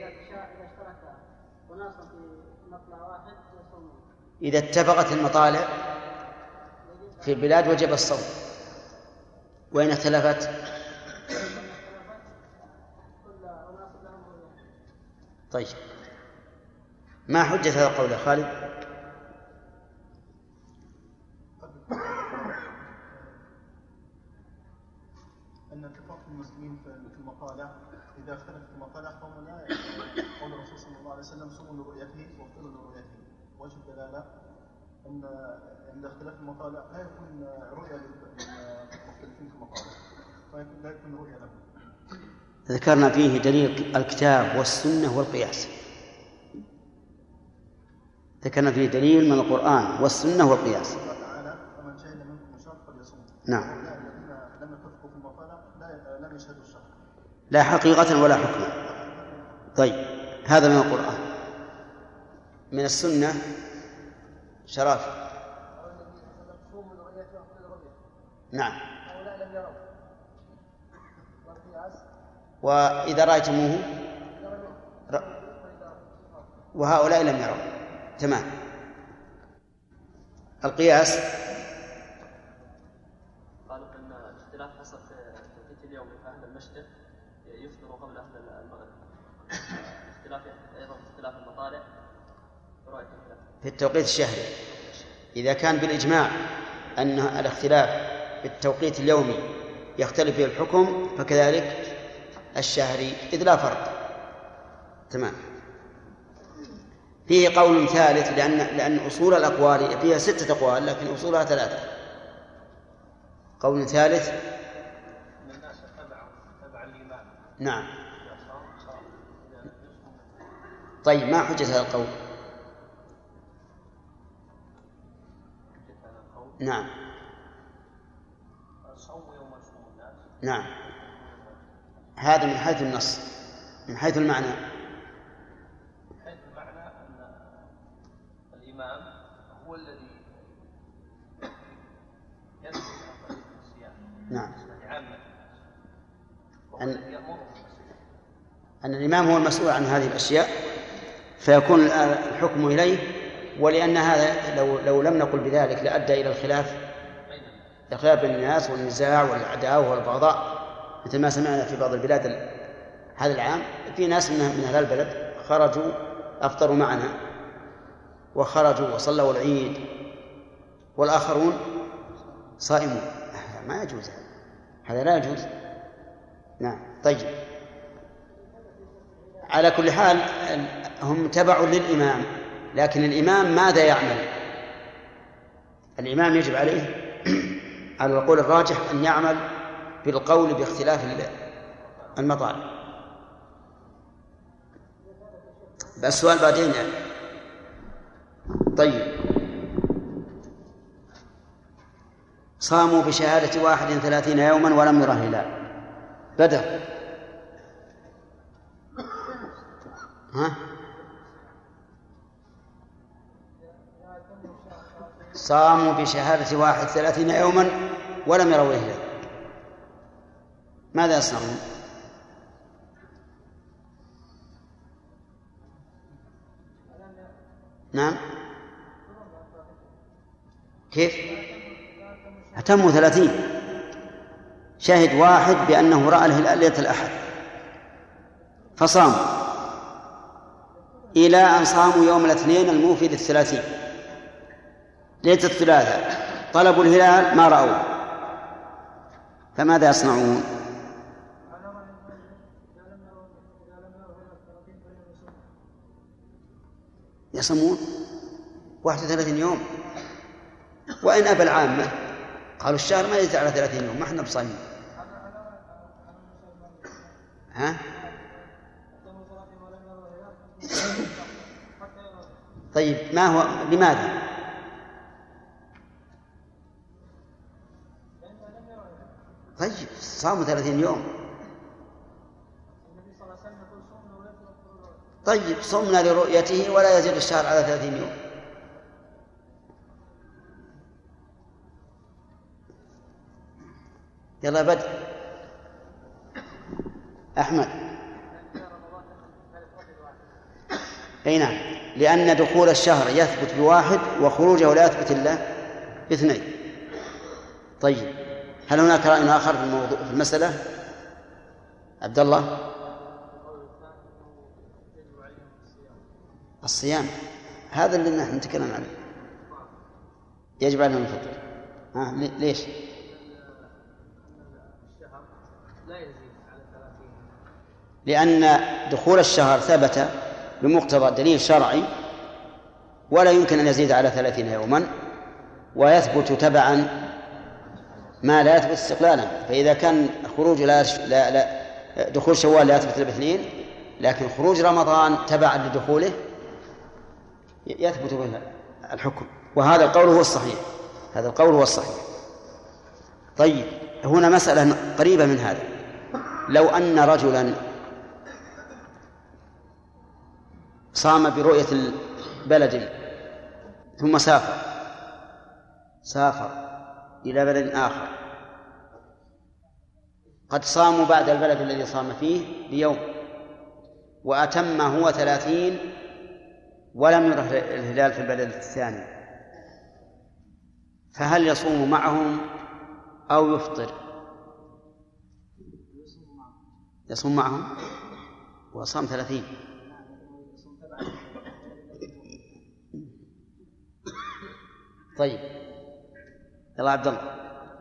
إذا اتفقت المطالع في البلاد وجب الصوم، وإن اختلفت طيب، ما حجة هذا القول يا خالد؟ أن اتفاق المسلمين في المطالع إذا اختلفت المطالع فهم لا قول الرسول صلى الله عليه وسلم: صوموا لرؤيته وافطروا لرؤيته. وجه الدلالة ان عند اختلاف المطالع لا يكون رؤيه للمختلفين في المطالع، فيكون لا يكون رؤيه لهم. ذكرنا فيه دليل الكتاب والسنة والقياس. ذكرنا فيه دليل من القرآن والسنة والقياس. الله تعالى فمن شهد منكم الشهر فليصوم. نعم. الذين لم يتفقوا في المطالع لا لم يشهدوا الشهر. لا حقيقة ولا حكما. طيب هذا من القرآن. من السنة شرافة. نعم. وإذا رأيتموه وهؤلاء لم يروا. تمام. القياس قالوا ان الاختلاف حصل في التوقيت اليومي، فاهل المشرق يفطروا قبل اهل المغرب. اختلاف ايضا في اختلاف المطالع في التوقيت الشهري. اذا كان بالاجماع ان الاختلاف في التوقيت اليومي يختلف به الحكم، فكذلك الشهري إذ لا فرق. تمام. فيه قول ثالث، لأن لأن أصول الأقوال فيها ستة أقوال لكن أصولها ثلاثة. قول ثالث من الناس تبع تبع الإمام. نعم. طيب ما حجة هذا القول؟ نعم. الصوم يوم يصوم الناس. نعم. هذا من حيث النص. من حيث المعنى، من حيث المعنى أن الإمام هو الذي يدخل عن طريق الصيام. نعم. عامة. أن يأمرهم أن الإمام هو المسؤول عن هذه الأشياء، فيكون الحكم إليه. ولأن هذا لو لو لم نقل بذلك لأدى إلى الخلاف الخلاف بين الناس والنزاع والعداوة والبغضاء، مثل ما سمعنا في بعض البلاد هذا العام. في ناس من هذا البلد خرجوا أفطروا معنا وخرجوا وصلوا العيد، والآخرون صائمون. ما يجوز هذا، هذا لا يجوز. نعم. طيب على كل حال هم تبع للإمام، لكن الإمام ماذا يعمل؟ الإمام يجب عليه على القول الراجح أن يعمل بالقول باختلاف المطالع. بس السؤال بعدين يعني. طيب صاموا بشهادة واحد ثلاثين يوما ولم يره هلال. بدر ها؟ صاموا بشهادة واحد ثلاثين يوما ولم يروا الهلال، ماذا يصنعون؟ نعم. كيف؟ أتموا ثلاثين. شهد واحد بأنه رأى الهلال ليلة الأحد فصام إلى أن صاموا يوم الاثنين الموفي للثلاثين. ليلة الثلاثاء طلبوا الهلال ما رأوه، فماذا يصنعون؟ يصومون واحد وثلاثين يوم. وإن أبى العامة قالوا الشهر ما يزيد على ثلاثين يوم، ما احنا بصايمين. ها؟ طيب ما هو لماذا؟ طيب صاموا ثلاثين يوم. طيب صمنا لرؤيته ولا يزيد الشهر على ثلاثين يوم. يلا بدء أحمد. أي نعم، لأن دخول الشهر يثبت بواحد وخروجه لا يثبت إلا باثنين. طيب هل هناك رأي آخر في الموضوع في المسألة؟ عبد الله. الصيام هذا اللي نحن نتكلم عنه، يجب علينا الفطر. ها ليش؟ لأن دخول الشهر ثبت بمقتضى دليل شرعي ولا يمكن أن يزيد على ثلاثين يوما، ويثبت تبعا ما لا يثبت استقلالا. فإذا كان خروج لا, لا, لا دخول شوال لا يثبت باثنين، لكن خروج رمضان تبعا لدخوله يثبت به الحكم، وهذا القول هو الصحيح، هذا القول هو الصحيح. طيب، هنا مسألة قريبة من هذا. لو أن رجلا صام برؤية البلد ثم سافر سافر إلى بلد آخر، قد صاموا بعد البلد الذي صام فيه بيوم، وأتم هو ثلاثين ولم يره الهلال في البلد الثاني، فهل يصوم معهم أو يفطر؟ يصوم معهم وصام ثلاثين. طيب، يلا عبد الله،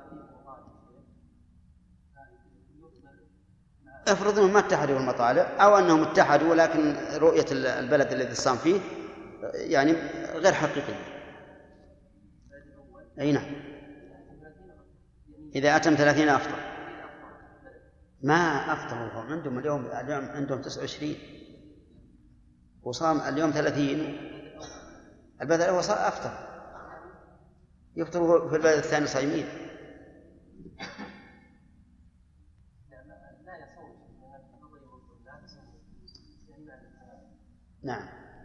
افرض انهم ما اتحدوا المطالع، او انهم اتحدوا ولكن رؤية البلد الذي صام فيه يعني غير حقيقية. اي نعم، اذا اتم ثلاثين افطر. ما افطروا عندهم اليوم، اليوم عندهم تسعة وعشرين وصام اليوم ثلاثين، البلد الاول افطر، يفطروا في البلد الثاني صايمين. نعم،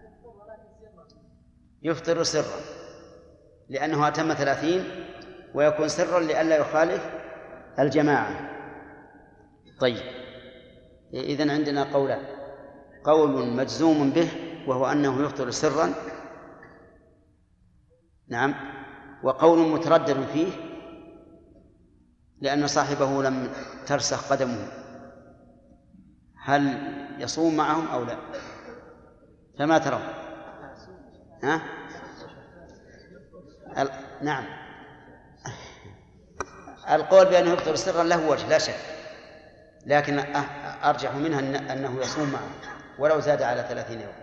يفطر سرا لأنه أتم ثلاثين، ويكون سرا لئلا يخالف الجماعة. طيب، إذن عندنا قولان: قول مجزوم به وهو أنه يفطر سرا، نعم، وقول متردد فيه لأن صاحبه لم ترسخ قدمه، هل يصوم معهم أو لا؟ فما ترون؟ ها؟ ال... نعم، القول بأنه يفطر سرا له وجه لا شك، لكن أرجح منها أنه يصوم معه ولو زاد على ثلاثين يوم،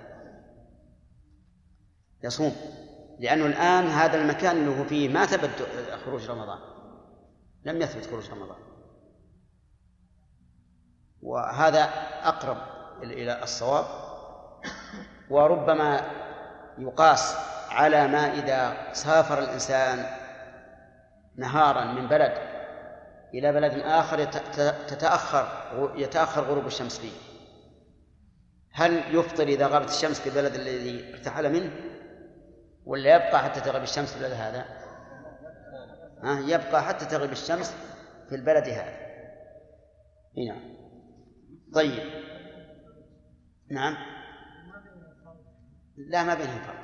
يصوم، لأنه الآن هذا المكان اللي هو فيه ما ثبت خروج رمضان، لم يثبت خروج رمضان، وهذا أقرب إلى الصواب. وربما يقاس على ما إذا سافر الإنسان نهارا من بلد إلى بلد آخر تتأخر يتأخر غروب الشمس فيه، هل يفطر إذا غابت الشمس في البلد الذي ارتحل منه، ولا يبقى حتى تغيب الشمس في البلد هذا؟ ها، يبقى حتى تغيب الشمس في البلد هذا. هنا طيب، نعم، لا ما بينهم فرق.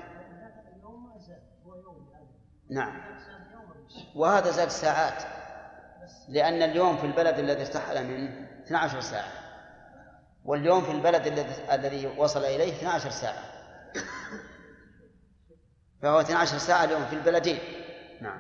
نعم، وهذا زاد ساعات، لأن اليوم في البلد الذي ارتحل منه اثنتي عشرة ساعة، واليوم في البلد الذي الذي وصل إليه اثنتي عشرة ساعة، فهو اثنتي عشرة ساعة اليوم في البلدين. نعم،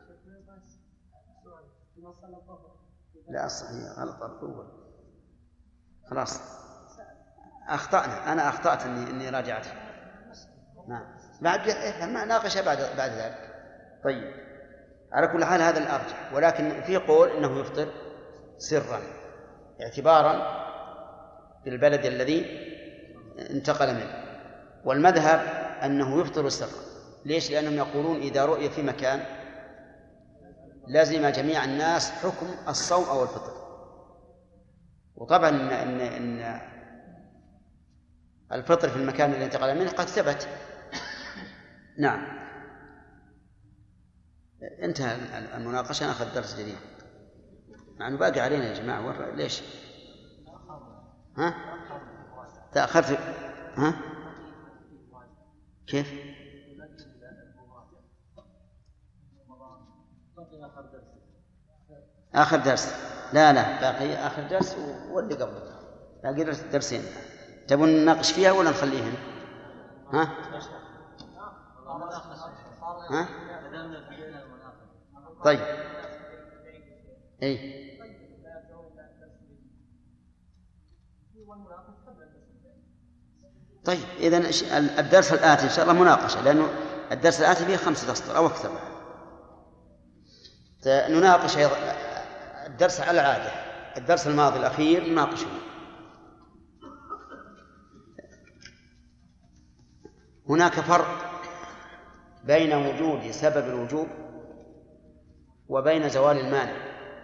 لا صحيح، غلط الأول، خلاص أخطأنا، أنا أخطأت إني إني راجعت. نعم، بعد ما ناقش بعد بعد ذلك. طيب، على كل حال هذا الأرجح، ولكن في قول إنه يفطر سرا اعتبارا بالبلد الذي انتقل منه، والمذهب أنه يفطر سرا. ليش؟ لأنهم يقولون إذا رؤي في مكان لازم جميع الناس حكم الصوم أو الفطر، وطبعا إن, إن, إن الفطر في المكان الذي انتقل منه قد ثبت. نعم، انتهى المناقشة، نأخذ درس جديد، مع أنه باقي علينا يا جماعة. ليش؟ ها؟ تأخرت؟ ها؟ كيف؟ آخر درس؟ لا لا، باقي آخر درس واللي قبله، باقي درسين. تبون نناقش فيها ولا نخليهن؟ ها؟ ها؟ طيب، اي طيب إذن الدرس الآتي إن شاء الله مناقشة، لأنه الدرس الآتي فيه خمسة أسطر أو أكثر. نناقش الدرس على العادة، الدرس الماضي الأخير نناقشه. هناك فرق بين وجود سبب الوجوب وبين زوال المانع،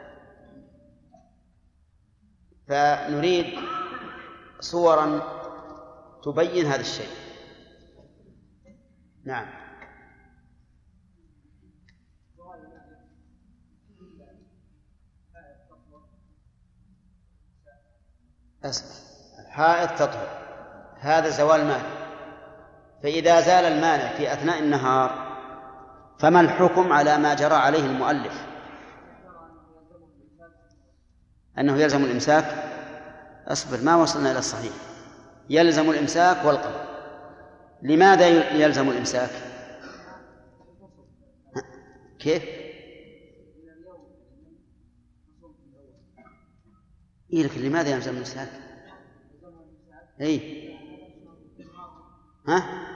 فنريد صورا تبين هذا الشيء. نعم. حائط تطهر، هذا زوال مانع، فإذا زال المانع في أثناء النهار فما الحكم على ما جرى عليه المؤلف أنه يلزم الإمساك؟ أصبر، ما وصلنا إلى الصحيح. يلزم الإمساك والقضاء. لماذا يلزم الإمساك؟ كيف؟ إيه لكن لماذا يلزم الإمساك؟ إيه ها؟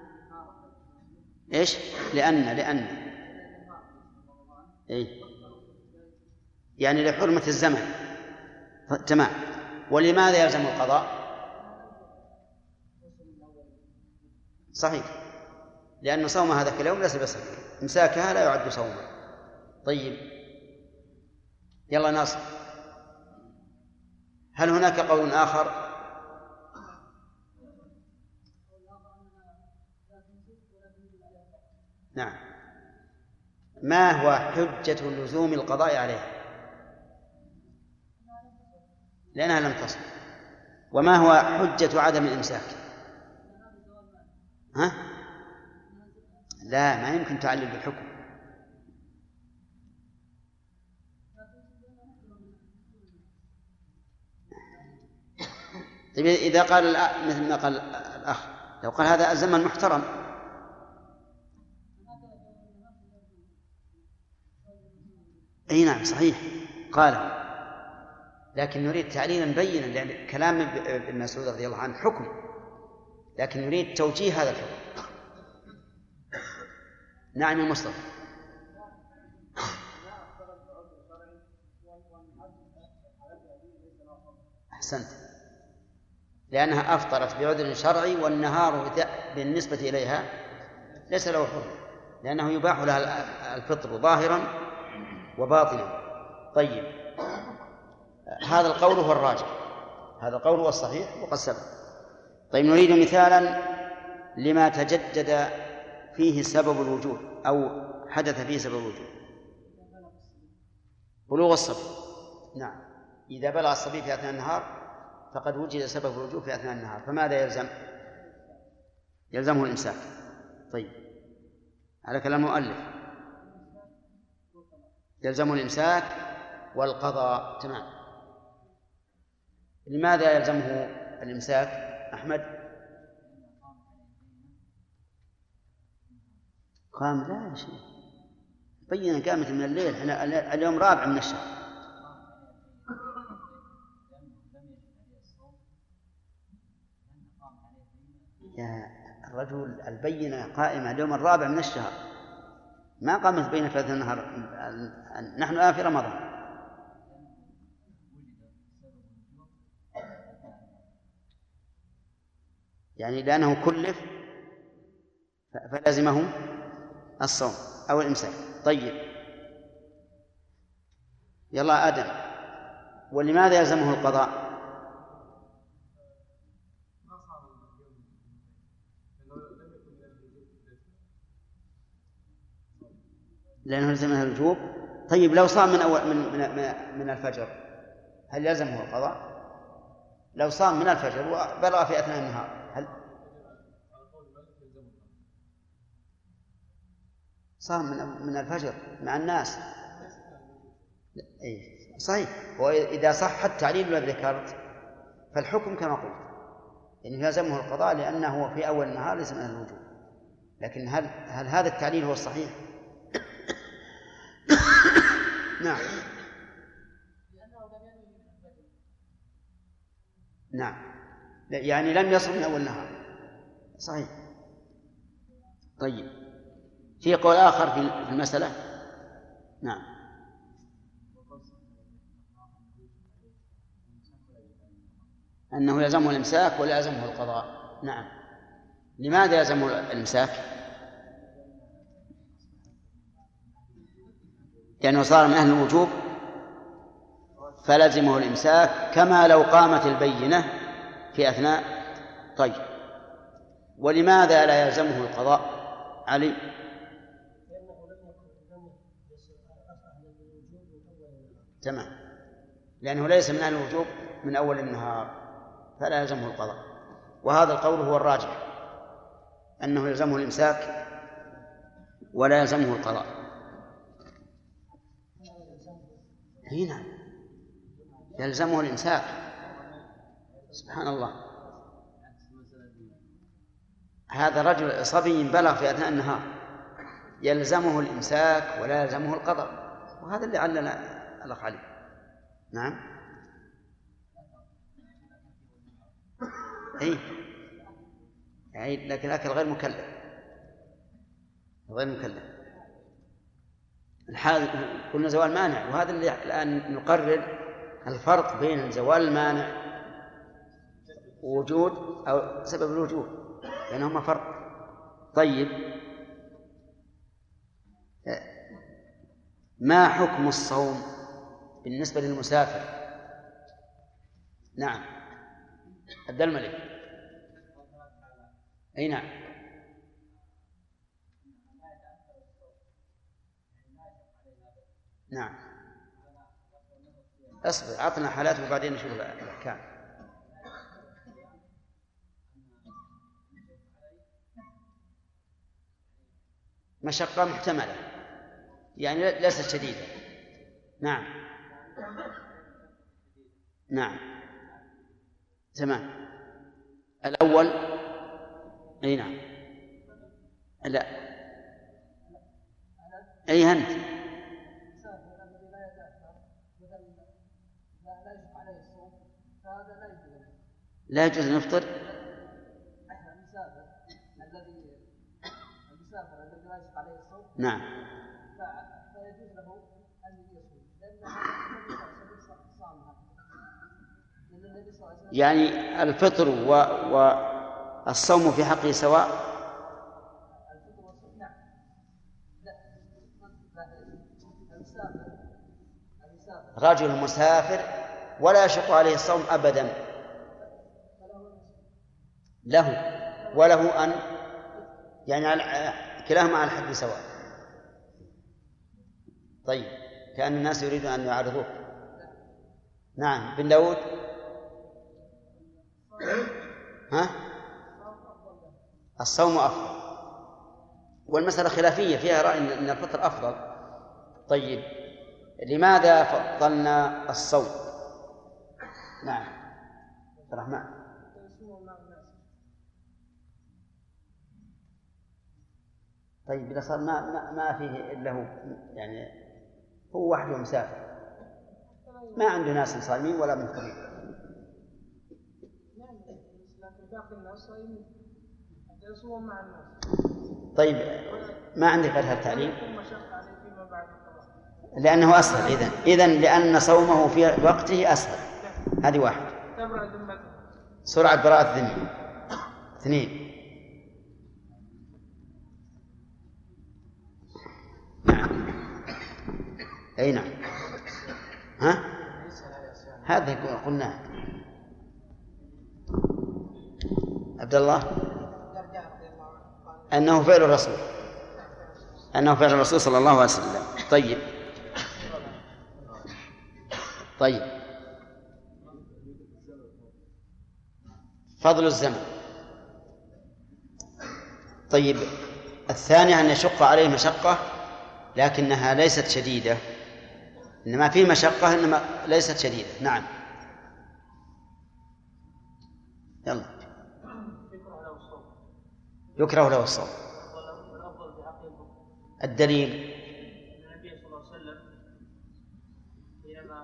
إيش؟ لأن لأن إيه يعني لحرمة الزمن. تمام. ولماذا يلزم القضاء؟ صحيح، لأن صوم هذا اليوم ليس بصحيح، إمساكها لا يعد صوما. طيب يلا ناصر، هل هناك قول آخر؟ نعم. ما هو حجة لزوم القضاء عليها؟ لأنها لم تصل. وما هو حجة عدم الإمساك؟ ها؟ لا، ما يمكن تعلل بالحكم. طيب إذا قال مثل ما قال الأخ، لو قال هذا الزمن محترم، أي نعم صحيح قال، لكن نريد تعليلا بينا، لأن كلام ابن مسعود رضي الله عنه حكم، لكن نريد توجيه هذا الحكم. نعم المصطفى. أحسنت، لأنها أفطرت بعذر شرعي والنهار بالنسبة إليها ليس له حكم، لأنه يباح لها الفطر ظاهرا وباطنا. طيب هذا القول هو الراجح، هذا القول هو الصحيح وقد سبق. طيب نريد مثالا لما تجدد فيه سبب الوجود أو حدث فيه سبب الوجود. بلوغ الصبي. نعم، إذا بلغ الصبي في أثناء النهار فقد وجد سبب الوجود في أثناء النهار، فماذا يلزم؟ يلزمه الإمساك. طيب على كلام المؤلف يلزمه الإمساك والقضاء. تمام. لماذا يلزمه الإمساك أحمد؟ قام لا يا شيخ، بينا قامت من الليل، احنا اليوم رابع من الشهر. يا الرجل البينة قائمة اليوم الرابع من الشهر، ما قامت بين ثلاثة النهار، نحن الآن في رمضان. يعني لأنه كلف فلازمه الصوم أو الإمساك. طيب يلا آدم، ولماذا يلزمه القضاء؟ لأنه يلزمه الوجوب. طيب لو صام من أول من من, من الفجر هل يلزمه القضاء؟ لو صام من الفجر وبلغ في أثناء النهار هل صام من من الفجر مع الناس؟ أي صحيح. وإذا صح التعليل الذي ذكرت فالحكم كما قلت، يعني يلزمه القضاء لأنه في أول النهار ليس من الوجوب. لكن هل هل هذا التعليل هو الصحيح؟ نعم نعم، يعني لم يصل من أول النهار. صحيح. طيب في قول آخر في المسألة. نعم. أنه يلزمه الإمساك ولا يلزمه القضاء. نعم. لماذا يلزمه الإمساك؟ لأنه صار من أهل الوجوب فلزمه الإمساك كما لو قامت البينة في أثناء. طيب ولماذا لا يلزمه القضاء علي؟ تمام، لأنه ليس من أهل الوجوب من أول النهار فلا يلزمه القضاء. وهذا القول هو الراجح، أنه يلزمه الإمساك ولا يلزمه القضاء. هنا يلزمه الإمساك. سبحان الله، هذا رجل صبي بلغ في أثناء النهار يلزمه الإمساك ولا يلزمه القضاء، وهذا اللي علنا الأخ علي. نعم. أي يعني لكن الأكل غير مكلف، غير مكلف. الحال قلنا زوال مانع، وهذا اللي الآن نقرر الفرق بين زوال المانع ووجود أو سبب الوجود، بينهما فرق. طيب ما حكم الصوم بالنسبة للمسافر؟ نعم عبد الملك. أي نعم. نعم اصبر، أعطنا حالات وبعدين نشوف الأحكام. مشقة محتملة يعني ليست شديدة. نعم نعم تمام. الأول أي نعم. لا أي أنت لا يجوز أن يفطر. نعم فيجوز له أن يصوم لأن يعني الفطر و... والصوم في حقه سواء. الفطر والصوم نعم. المسافر رجل مسافر ولا يشق عليه الصوم أبدا، له وله أن يعني كلاهما على الحد سواء. طيب كأن الناس يريدون أن يعارضوك. نعم بن داود. ها الصوم أفضل، والمسألة خلافية فيها رأي أن الفطر أفضل. طيب لماذا فضلنا الصوم؟ نعم عبد الرحمن. طيب إذا صار ما ما, ما فيه إلا هو، يعني هو وحده مسافر ما عنده ناس صائمين ولا مفطرين. طيب ما عندك غير هذا التعليم لأنه أسهل. إذن إذن لأن صومه في وقته أسهل. هذه واحد. سرعة براءة الذمة. اثنين نعم أي نعم. ها هذا قلنا عبد الله أنه فعل الرسول أنه فعل الرسول صلى الله عليه وسلم. طيب طيب فضل الزمن. طيب الثانية أن يشق عليه مشقة لكنها ليست شديدة، إنما في مشقة إنما ليست شديدة. نعم يلا. يكره له الصوم. الدليل النبي صلى الله عليه وسلم حينما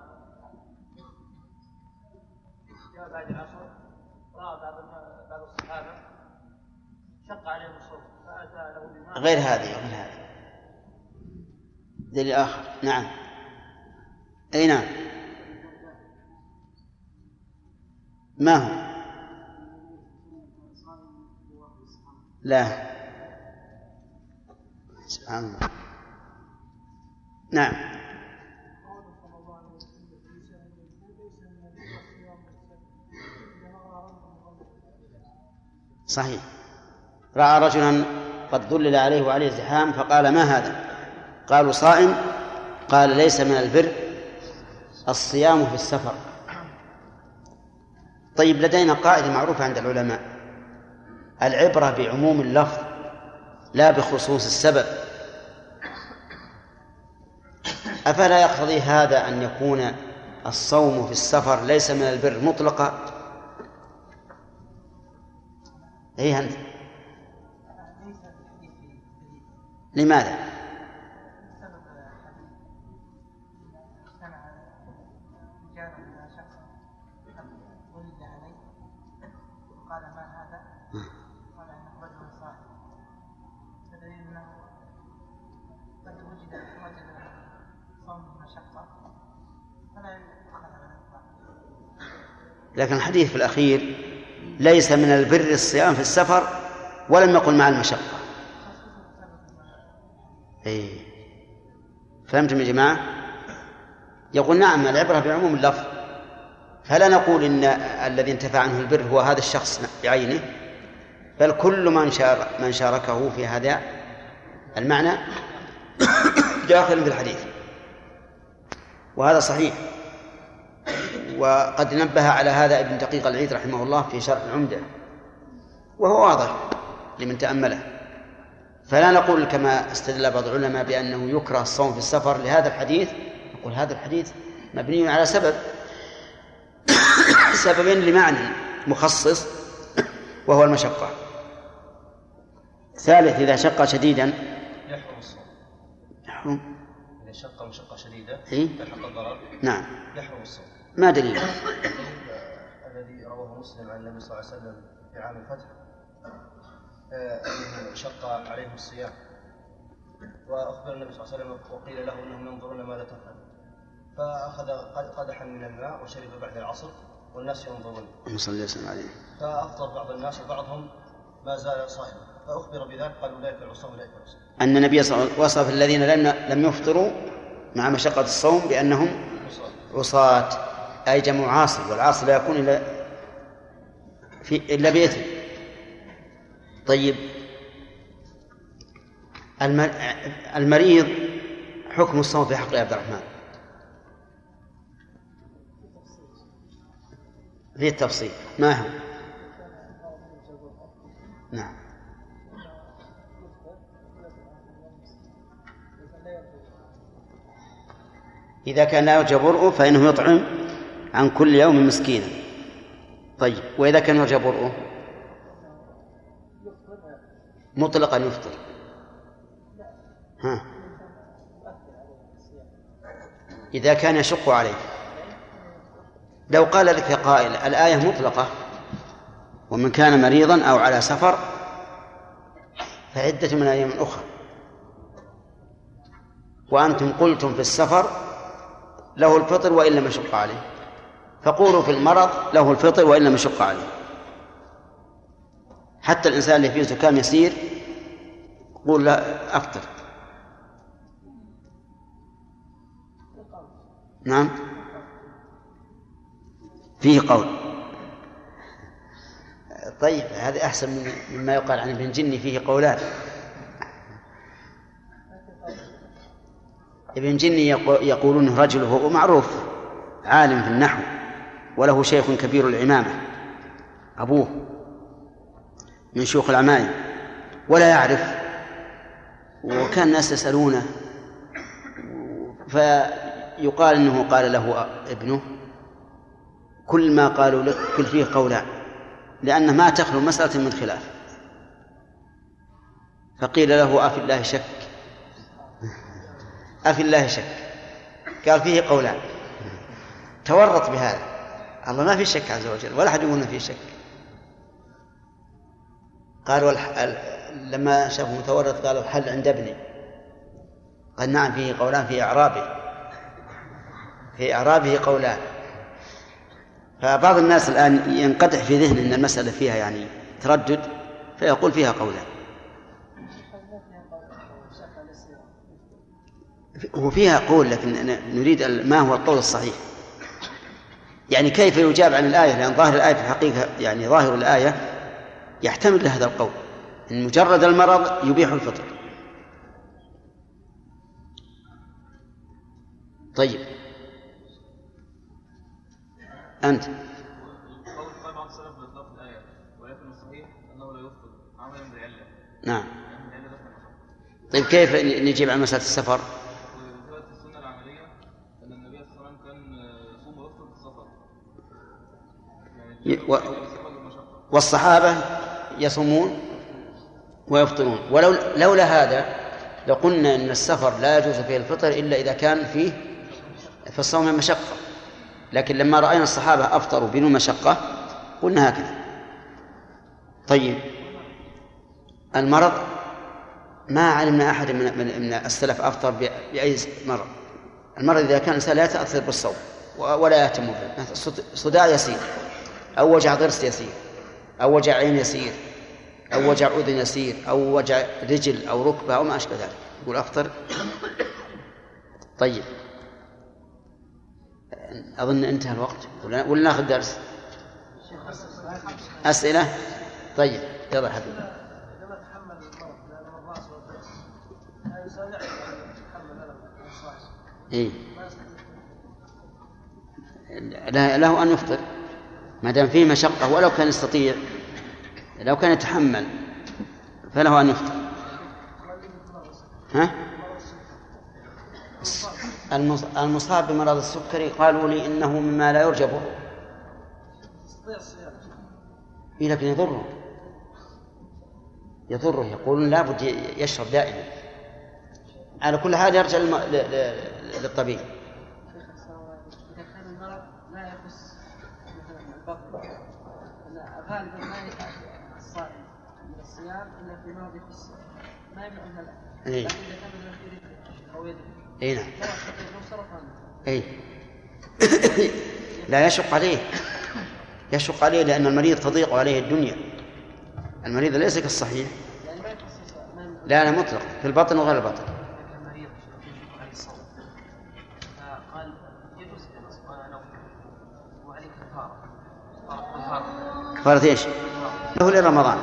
جاء بعد العصر رأى بعض بعض الصحابة شق عليه الصوم فأتى له بماء غير هذه غير هذه دليل آخر. نعم أي نعم. ما هو؟ لا سبحان الله. نعم صحيح. رأى رجلا قد ظلل عليه وعليه زحام فقال ما هذا؟ قالوا صائم. قال ليس من البر الصيام في السفر. طيب لدينا قاعدة معروفة عند العلماء: العبرة بعموم اللفظ لا بخصوص السبب. أفلا يقتضي هذا أن يكون الصوم في السفر ليس من البر مطلقا؟ أي أنت لماذا؟ لكن الحديث في الأخير ليس من البر الصيام في السفر ولم يقل مع المشقة. إيه. فهمتم يا جماعة؟ يقول نعم العبرة بعموم اللفظ، فلا نقول إن الذي انتفع عنه البر هو هذا الشخص بعينه، بل كل من شارك من شاركه في هذا المعنى داخل في الحديث، وهذا صحيح. وقد نبه على هذا ابن دقيق العيد رحمه الله في شرح العمدة، وهو واضح لمن تأمله. فلا نقول كما استدل بعض العلماء بأنه يكره الصوم في السفر لهذا الحديث، نقول هذا الحديث مبني على سبب سببين لمعنى مخصص وهو المشقة. ثالث إذا شق شديدا يحرم الصوم. يحرم إذا شق مشقة شديدة إيه؟ يلحق الضرر. نعم. يحرم الصوم. ما دليل؟ الذي رواه مسلم عن النبي صلى الله عليه وسلم في عام الفتح أنه شق عليهم الصيام، وأخبر النبي صلى الله عليه وسلم وقيل له أنهم ينظرون ماذا تفعل، فأخذ قدحا من الماء وشرب بعد العصر والناس ينظرون. صلى الله عليه. فأفطر بعض الناس وبعضهم ما زال صائما، فأخبر بذلك قالوا لا يفعل الصوم لا يفعل الصوم. أن النبي صلى الله عليه وسلم وصف الذين لم لم يفطروا مع مشقة الصوم بأنهم عصاة، أي جمع عاصي، والعاصي لا يكون إلا في إلا بإثم. طيب المريض حكم الصوم في حق عبد الرحمن في التفصيل ما هو؟ نعم. إذا كان لا يرجى برؤه فإنه يطعم عن كل يوم مسكينا. طيب وإذا كان يرجى برؤه مطلقا يفطر. ها. إذا كان يشق عليه. لو قال لك قائل الآية مطلقة ومن كان مريضا أو على سفر فعدة من أيام أخرى، وأنتم قلتم في السفر له الفطر وإن لم يشق عليه، فقولوا في المرض له الفطر وإن لم يشق عليه. حتى الإنسان اللي فيه زكام يسير قول لا أفطر. نعم فيه قول. طيب هذا أحسن مما يقال عن ابن جني فيه قولان. ابن جني يقولون رجل هو معروف عالم في النحو وله شيخ كبير العمامة، أبوه من شيوخ العمائم ولا يعرف، وكان الناس يسألونه فيقال إنه قال له ابنه كل ما قالوا لك كل فيه قولان، لأنه ما تخلو مسألة من خلاف. فقيل له أفي الله شك أفي الله شك قال فيه قولان. تورط بهذا. الله ما في شك عز وجل ولا أحد يقول فيه شك. قالوا الح... لما شافوا متورط قالوا الحل عند ابني. قال نعم فيه قولان في إعرابه في إعرابه قولان. فبعض الناس الآن ينقدح في ذهن أن المسألة فيها يعني تردد فيقول فيها قولان. هو فيها قول لكن نريد ما هو القول الصحيح، يعني كيف يجاب عن الآية، لأن ظاهر الآية في الحقيقة يعني ظاهر الآية يحتمل لهذا القول إن مجرد المرض يبيح الفطر. طيب أنت نعم. طيب كيف نجيب عن مسألة السفر؟ والصحابة يصومون ويفطرون. ولو لولا هذا لقلنا إن السفر لا يجوز فيه الفطر إلا إذا كان فيه في الصوم مشقة، لكن لما رأينا الصحابة أفطروا بدون مشقة قلنا هكذا. طيب المرض ما علمنا أحد من, من السلف أفطر بأي مرض. المرض إذا كان الإنسان لا يتأثر بالصوم ولا يهتم به، صداع يسير أو وجع ضرس يسير أو وجع عين يسير أو وجع أذن يسير أو وجع رجل أو ركبة أو ما أشبه ذلك يقول أفطر. طيب أظن انتهى الوقت ولا ناخذ درس أسئلة؟ طيب يلا حبيبي. إيه؟ له أن يفطر ما دام فيه مشقة، ولو كان يستطيع لو كان يتحمل فله أن يفطر. ها؟ المصاب بمرض السكري قالوا لي إنه مما لا يرجى به، لكن يضره يضره يقولون لا بد يشرب دائما. على كل حال يرجع للم... ل... ل... للطبيب. إذا كان المرض لا يخص مثلا البطن غالبا ما يقع الصائم من الصيام إلا في مرض يخص ما يمنع من الأكل، لكن إذا كان مثلا في رجله أو يده اي نعم اي لا يشق عليه يشق عليه لأن المريض تضيق عليه الدنيا. المريض ليس كالصحيح، لا لا مطلق في البطن وغير البطن. كفارة ايش؟ له لرمضان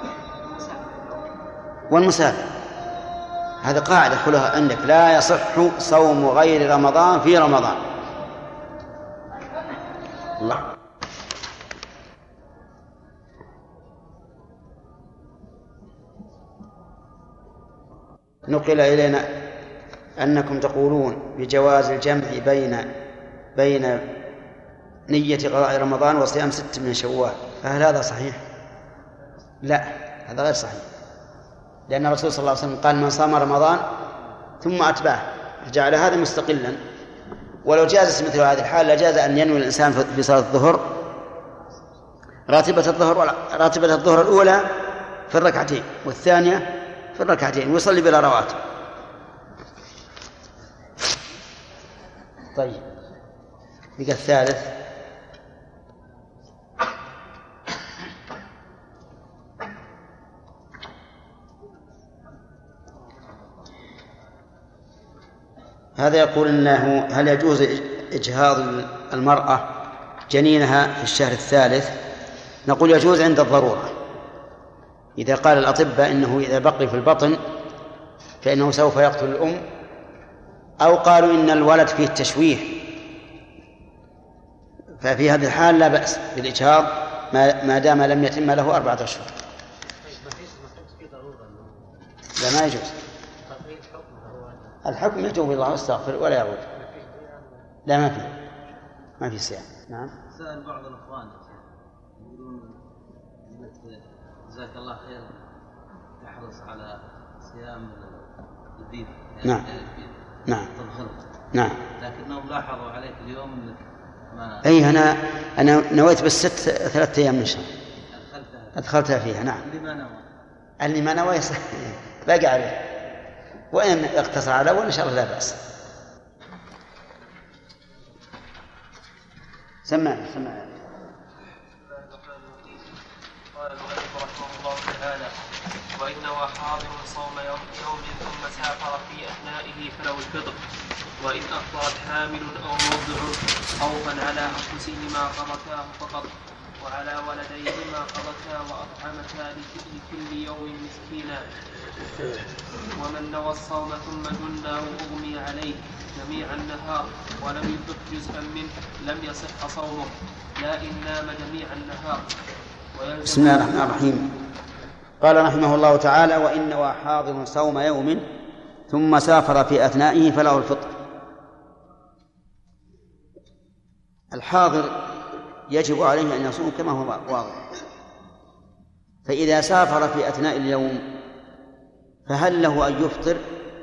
والمسافر. هذا قاعدة خلها عندك، لا يصح صوم غير رمضان في رمضان. الله. نقل إلينا أنكم تقولون بجواز الجمع بين بين نية قضاء رمضان وصيام ست من شوال، فهل هذا صحيح؟ لا، هذا غير صحيح، لأن الرسول صلى الله عليه وسلم قال من صام رمضان ثم أتبعه جعل هذا مستقلا. ولو جازت مثل هذه الحال لجاز أن ينوي الإنسان في صلاة الظهر راتبة الظهر راتبة الظهر الأولى في الركعتين والثانية في الركعتين ويصلي بلا رواتب. طيب بقى الثالث. هذا يقول إنه هل يجوز إجهاض المرأة جنينها في الشهر الثالث؟ نقول يجوز عند الضرورة. إذا قال الأطباء إنه إذا بقي في البطن فإنه سوف يقتل الأم، أو قالوا إن الولد فيه تشويه، ففي هذه الحال لا بأس بالإجهاض ما دام لم يتم له أربعة أشهر. لا ما يجوز. الحكم يتوب الله واستغفر ولا يعود. لا ما في ما في صيام. نعم. سأل بعض الأخوان يقولون جزاك الله خير تحرص على صيام البيض. نعم نعم نعم. لكنهم لاحظوا عليك اليوم انك ما اي انا انا نويت بالست ثلاثة ايام من شهر ادخلتها فيها. نعم. لما نوى؟ اللي ما نوى باقي عليه، وإن اقتصر على الأول إن شاء الله لا بأس. سمعنا سمعنا. قال المؤلف رحمه الله تعالى: وإن حاضر صوم يوم ثم سافر في أثنائه فله الفطر، وإن أفطرت حامل أو مرضع خوفا على أنفسهما قضتا فقط، وعلى ولديهما قضتا وأطعمتا لكل يوم مسكينا. ومن نوى الصوم ثم جن أو أغمي عليه جميع النهار ولم يفطر جزءا منه لم يصح صومه، لا إن نام جميع النهار. بسم الله الرحمن الرحيم. قال رحمه الله تعالى: وإن نوى حاضر صوم يوم ثم سافر في أثنائه فله الفطر. الحاضر يجب عليه أن يصوم كما هو واضح، فإذا سافر في أثناء اليوم فهل له أن يفطر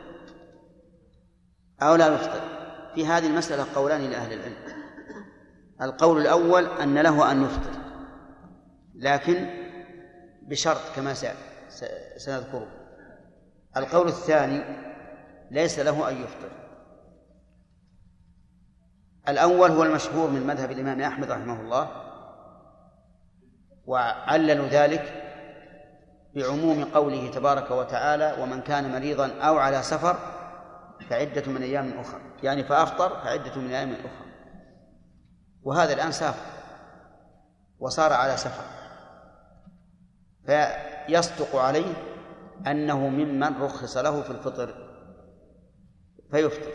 أو لا يفطر؟ في هذه المسألة قولان لأهل العلم. القول الأول أن له أن يفطر، لكن بشرط كما سنذكره. القول الثاني ليس له أن يفطر. الأول هو المشهور من مذهب الإمام أحمد رحمه الله، وعللوا ذلك بعموم قوله تبارك وتعالى: ومن كان مريضا أو على سفر فعدة من أيام أخرى، يعني فأفطر فعدة من أيام أخرى. وهذا الآن سافر وصار على سفر، فيصدق عليه أنه ممن رخص له في الفطر فيفطر.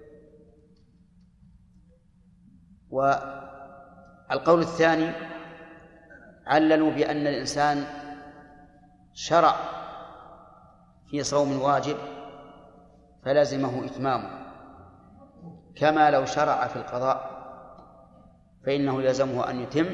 والقول الثاني عللوا بأن الإنسان شرع في صوم واجب فلازمه إتمامه، كما لو شرع في القضاء فإنه يلزمه أن يتم،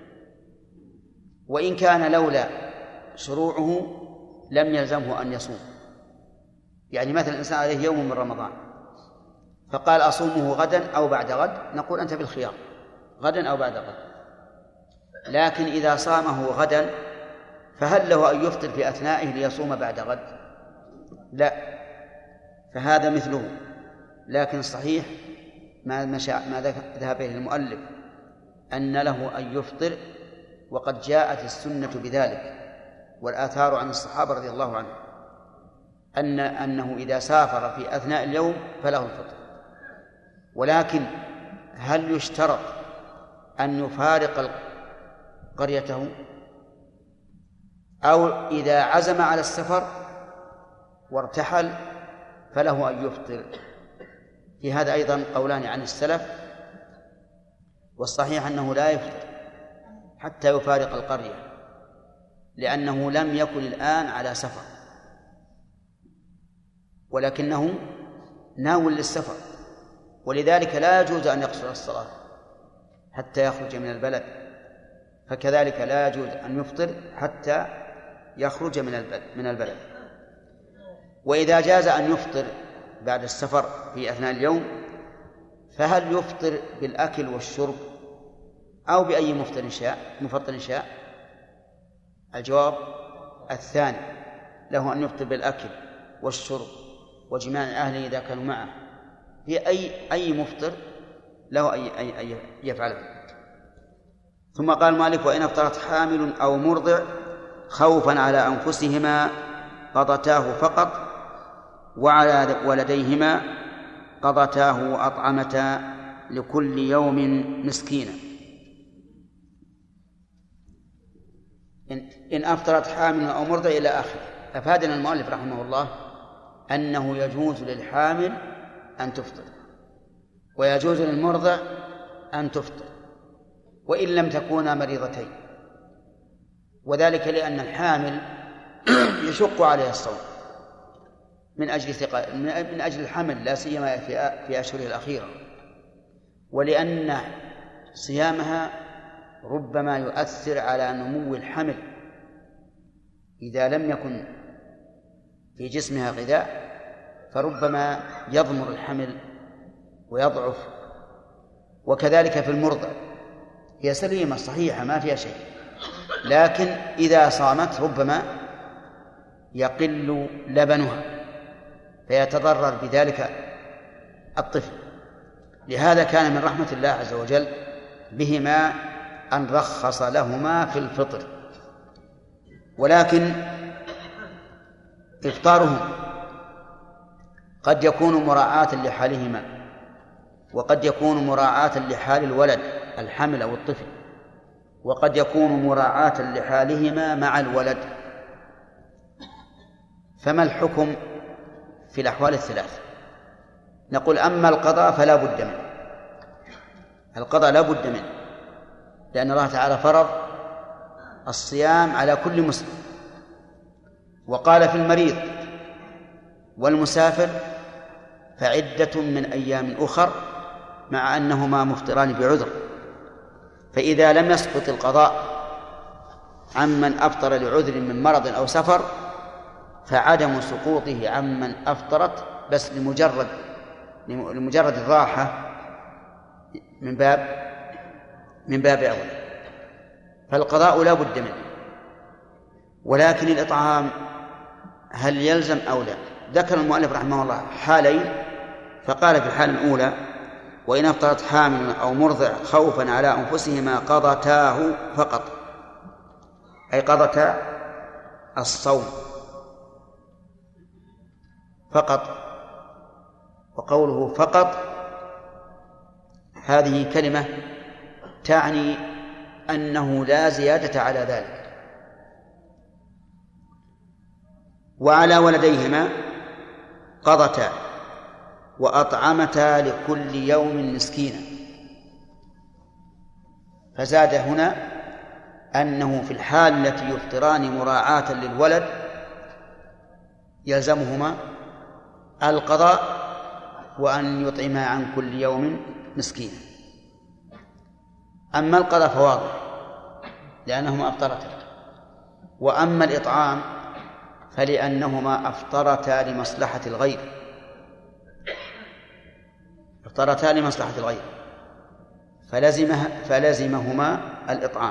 وإن كان لولا شروعه لم يلزمه أن يصوم. يعني مثلا الإنسان عليه يوم من رمضان فقال أصومه غدا أو بعد غد، نقول أنت بالخيار غدا أو بعد غد. لكن إذا صامه غدا فهل له أن يفطر في أثنائه ليصوم بعد غد؟ لا، فهذا مثله. لكن الصحيح ما ما ذهب إليه المؤلف أن له أن يفطر، وقد جاءت السنة بذلك والآثار عن الصحابة رضي الله عنهم أن أنه إذا سافر في أثناء اليوم فله الفطر. ولكن هل يشترط أن يفارق قريته، أو إذا عزم على السفر وارتحل فله أن يفطر؟ في هذا أيضا قولان عن السلف، والصحيح أنه لا يفطر حتى يفارق القرية، لأنه لم يكن الآن على سفر ولكنه ناوٍ للسفر، ولذلك لا يجوز أن يقصر الصلاة حتى يخرج من البلد، فكذلك لا يجوز أن يفطر حتى يخرج من البلد. وإذا جاز أن يفطر بعد السفر في أثناء اليوم فهل يفطر بالأكل والشرب أو بأي مفطر شاء مفطر شاء؟ الجواب الثاني، له أن يفطر بالأكل والشرب وجماع أهله إذا كانوا معه، في أي أي مفطر له أي أي أي يفعله. ثم قال مالك: وإن افطرت حامل أو مرضع خوفا على أنفسهما قضتاه فقط، وعلى ولديهما قضتاه وأطعمتا لكل يوم مسكينا. إن أفطرت حامل أو مرضع إلى آخره. أفادنا المؤلف رحمه الله أنه يجوز للحامل أن تفطر ويجوز للمرضع أن تفطر وإن لم تكونا مريضتين، وذلك لأن الحامل يشق عليها الصوم من أجل ثقة من أجل الحمل، لا سيما في أشهره الأخيرة، ولأن صيامها ربما يؤثر على نمو الحمل إذا لم يكن في جسمها غذاء، فربما يضمر الحمل ويضعف. وكذلك في المرضع، هي سليمة صحيحة ما فيها شيء، لكن إذا صامت ربما يقل لبنها فيتضرر بذلك الطفل. لهذا كان من رحمة الله عز وجل بهما أن رخص لهما في الفطر، ولكن إفطارهم قد يكون مراعاة لحالهما، وقد يكون مراعاة لحال الولد الحمل أو الطفل، وقد يكون مراعاة لحالهما مع الولد. فما الحكم في الأحوال الثلاث؟ نقول أما القضاء فلا بد منه، القضاء لا بد منه، لأن الله تعالى فرض الصيام على كل مسلم، وقال في المريض والمسافر فعدة من أيام أخر، مع أنهما مفطران بعذر. فإذا لم يسقط القضاء عمن أفطر لعذر من مرض أو سفر فعدم سقوطه عمن أفطرت بس لمجرد لمجرد الراحة من باب من باب أول، فالقضاء لا بد منه. ولكن الإطعام هل يلزم أو لا؟ ذكر المؤلف رحمه الله حالين، فقال في الحالة الأولى: وإن أفطرت حامل أو مرضع خوفا على أنفسهما قضتاه فقط، أي قضتا الصوم فقط. وقوله فقط هذه كلمة تعني أنه لا زيادة على ذلك. وعلى ولديهما قضتا وأطعمتا لكل يوم مسكينا، فزاد هنا أنه في الحال التي يفطران مراعاة للولد يلزمهما القضاء وأن يطعما عن كل يوم مسكينا. أما القضاء فواضح لأنهما أفطرتا، وأما الإطعام فلأنهما أفطرتا لمصلحة الغير، أفطرتا لمصلحة الغير فلزمه فلزمهما الإطعام.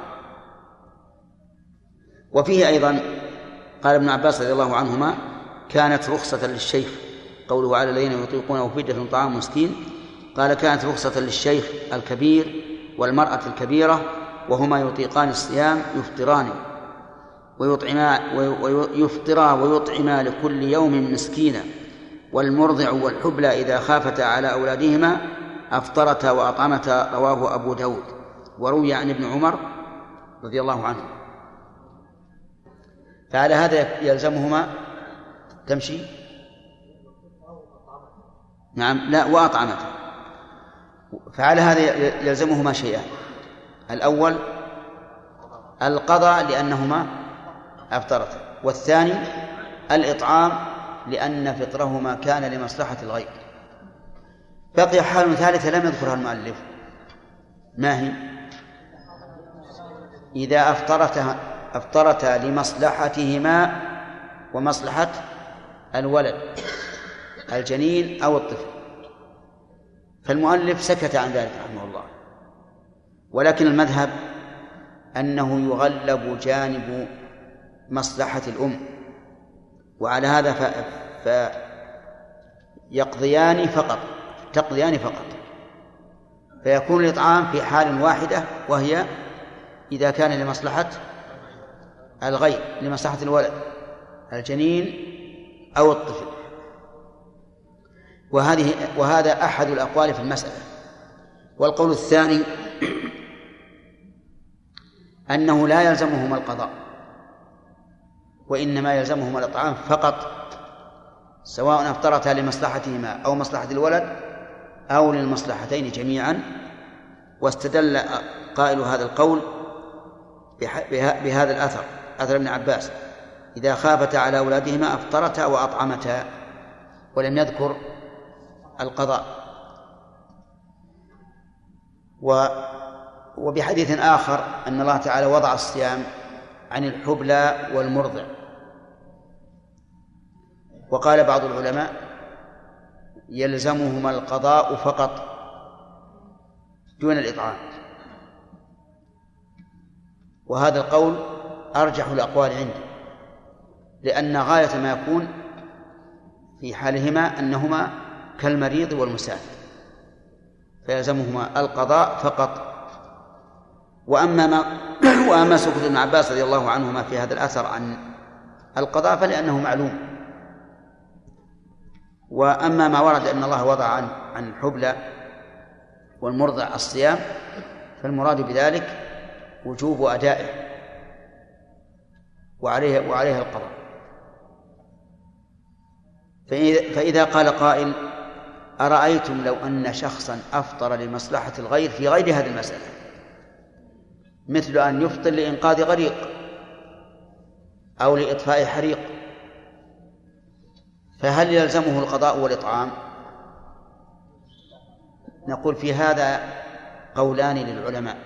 وفيه أيضا قال ابن عباس رضي الله عنهما: كانت رخصة للشيخ، قوله على الذين يطيقونه فدية طعام مسكين، قال كانت رخصة للشيخ الكبير والمرأة الكبيرة وهما يطيقان الصيام يفطران ويطعما ويفطرا ويطعما لكل يوم مسكينا، والمرضع والحبلى إذا خافتا على أولادهما أفطرتا وأطعمتا. رواه أبو داود. وروي عن ابن عمر رضي الله عنه. فعلى هذا يلزمهما تمشي نعم لا وأطعمتا. فعلى هذا يلزمهما شيئان: الأول القضاء لأنهما أفطرتا، والثاني الإطعام لأن فطرهما كان لمصلحة الغير. بقي حال ثالثة لم يذكرها المؤلف، ما هي؟ إذا أفطرتا أفطرتا لمصلحتهما ومصلحة الولد الجنين أو الطفل، فالمؤلف سكت عن ذلك رحمه الله. ولكن المذهب أنه يغلب جانب مصلحة الأم، وعلى هذا ف... فيقضيان فقط تقضيان فقط، فيكون الإطعام في حال واحدة، وهي إذا كان لمصلحة الغير، لمصلحة الولد الجنين أو الطفل. وهذه وهذا أحد الأقوال في المسألة. والقول الثاني أنه لا يلزمهما القضاء، وإنما يلزمهما الإطعام فقط، سواء أفطرتا لمصلحتهما أو مصلحة الولد أو للمصلحتين جميعا. واستدل قائل هذا القول بهذا الأثر، أثر ابن عباس: إذا خافتا على أولادهما أفطرتا وأطعمتا، ولم يذكر القضاء. وبحديث آخر أن الله تعالى وضع الصيام عن الحبلى والمرضع. وقال بعض العلماء يلزمهما القضاء فقط دون الإطعام، وهذا القول أرجح الأقوال عندي، لأن غاية ما يكون في حالهما أنهما كالمريض والمسافر، فيلزمهما القضاء فقط. وأما ما وأما سكوت ابن عباس رضي الله عنهما في هذا الأثر عن القضاء فلأنه معلوم. وأما ما ورد أن الله وضع عن عن الحبلى والمرضع الصيام فالمراد بذلك وجوب أدائه وعليه وعليه القضاء. فإذا قال قائل: أرأيتم لو أن شخصا أفطر لمصلحة الغير في غير هذه المسألة، مثل أن يفطر لإنقاذ غريق أو لإطفاء حريق، فهل يلزمه القضاء والإطعام؟ نقول في هذا قولان للعلماء،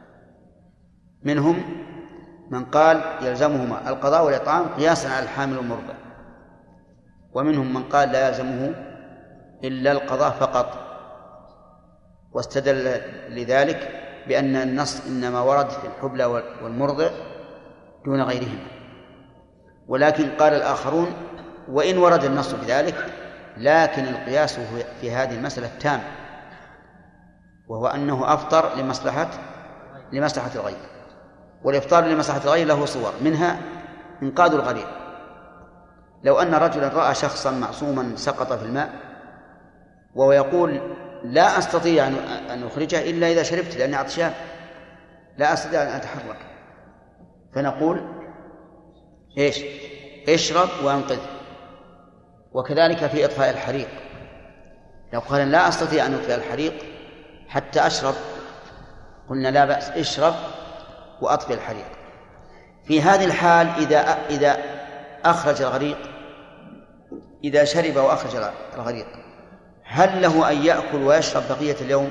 منهم من قال يلزمهما القضاء والإطعام قياسا على الحامل والمرضع، ومنهم من قال لا يلزمه إلا القضاء فقط، واستدل لذلك بأن النص إنما ورد في الحبلى والمرضع دون غيرهما. ولكن قال الآخرون: وإن ورد النص بذلك لكن القياس في هذه المسألة تام، وهو أنه أفطر لمصلحة لمصلحة الغير، والإفطار لمصلحة الغير له صور، منها إنقاذ الغريق. لو أن رجلا رأى شخصا معصوما سقط في الماء وهو يقول: لا أستطيع أن أخرجه إلا إذا شربت لأني عطشان، لا أستطيع أن أتحرك، فنقول: إيش؟ اشرب وأنقذ. وكذلك في إطفاء الحريق، لو قال: لا أستطيع أن أطفئ الحريق حتى أشرب، قلنا: لا بأس، اشرب وأطفئ الحريق. في هذه الحال إذا إذا أخرج الغريق، إذا شرب وأخرج الغريق، هل له أن يأكل ويشرب بقية اليوم؟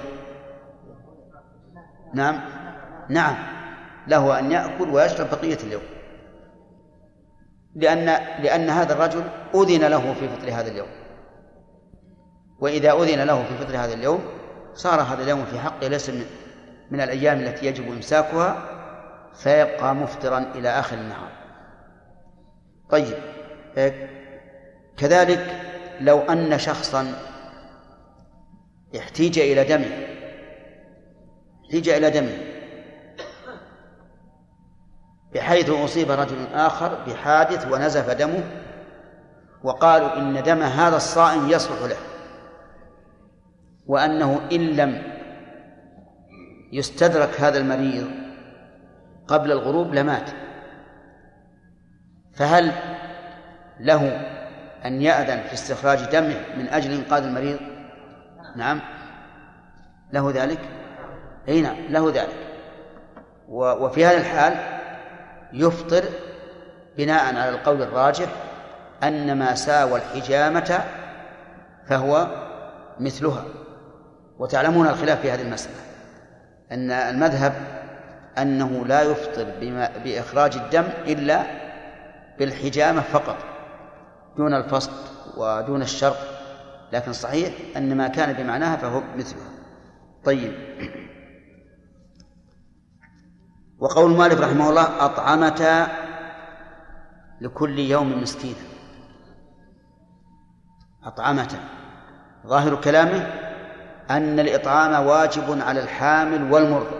نعم نعم له أن يأكل ويشرب بقية اليوم، لأن لأن هذا الرجل أذن له في فطر هذا اليوم، وإذا أذن له في فطر هذا اليوم صار هذا اليوم في حقه ليس من, من الأيام التي يجب إمساكها، فيبقى مفطرا إلى آخر النهار. طيب، كذلك لو أن شخصا احتيج إلى دمه احتيج إلى دمه بحيث أصيب رجل آخر بحادث ونزف دمه، وقالوا إن دم هذا الصائم يصلح له، وأنه إن لم يستدرك هذا المريض قبل الغروب لمات، فهل له أن يأذن في استخراج دمه من أجل إنقاذ المريض؟ نعم له ذلك. أي نعم له ذلك. وفي هذا الحال يفطر بناء على القول الراجح أن ما ساوى الحجامة فهو مثلها. وتعلمون الخلاف في هذه المسألة، أن المذهب أنه لا يفطر بإخراج الدم إلا بالحجامة فقط دون الفصل ودون الشرط، لكن صحيح أن ما كان بمعناها فهو مثلها. طيب، وقول مالك رحمه الله: أطعمة لكل يوم مسكينا. أطعمة ظاهر كلامه أن الإطعام واجب على الحامل والمرضع،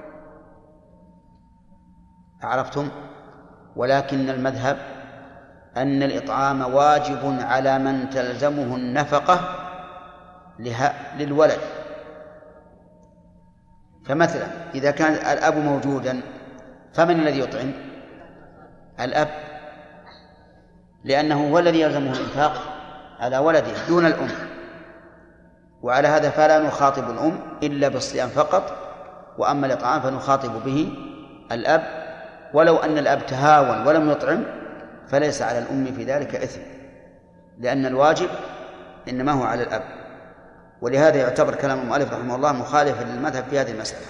عرفتم؟ ولكن المذهب أن الإطعام واجب على من تلزمه النفقة للولد. فمثلا إذا كان الأب موجودا فمن الذي يطعم؟ الأب، لأنه هو الذي يلزمه الإنفاق على ولده دون الأم. وعلى هذا فلا نخاطب الأم إلا بالصيام فقط، وأما الإطعام فنخاطب به الأب، ولو أن الأب تهاون ولم يطعم فليس على الأم في ذلك إثم، لأن الواجب إنما هو على الأب. ولهذا يعتبر كلام المؤلف رحمه الله مخالفا للمذهب في هذه المسألة.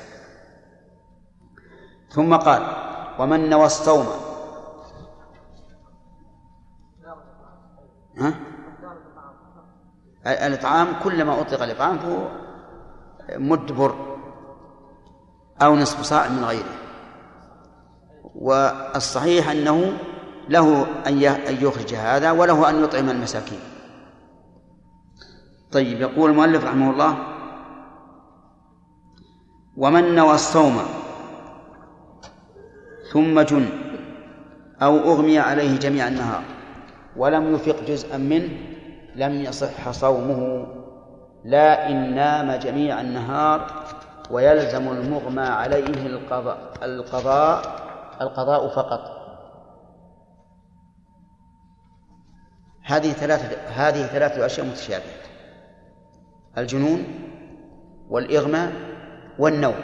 ثم قال: ومن نوى الصوم. ها؟ الإطعام كلما أطلق الإطعام فهو مد بر أو نصف صاع من غيره. والصحيح أنه له أن يخرج هذا وله أن يطعم المساكين. طيب، يقول المؤلف رحمه الله: ومن نوى الصوم ثم جن أو أغمي عليه جميع النهار ولم يفق جزءا منه لم يصح صومه، لا إن نام جميع النهار ويلزم المغمى عليه القضاء القضاء القضاء فقط. هذه ثلاثة هذه ثلاثة أشياء متشابهة: الجنون والإغماء والنوم،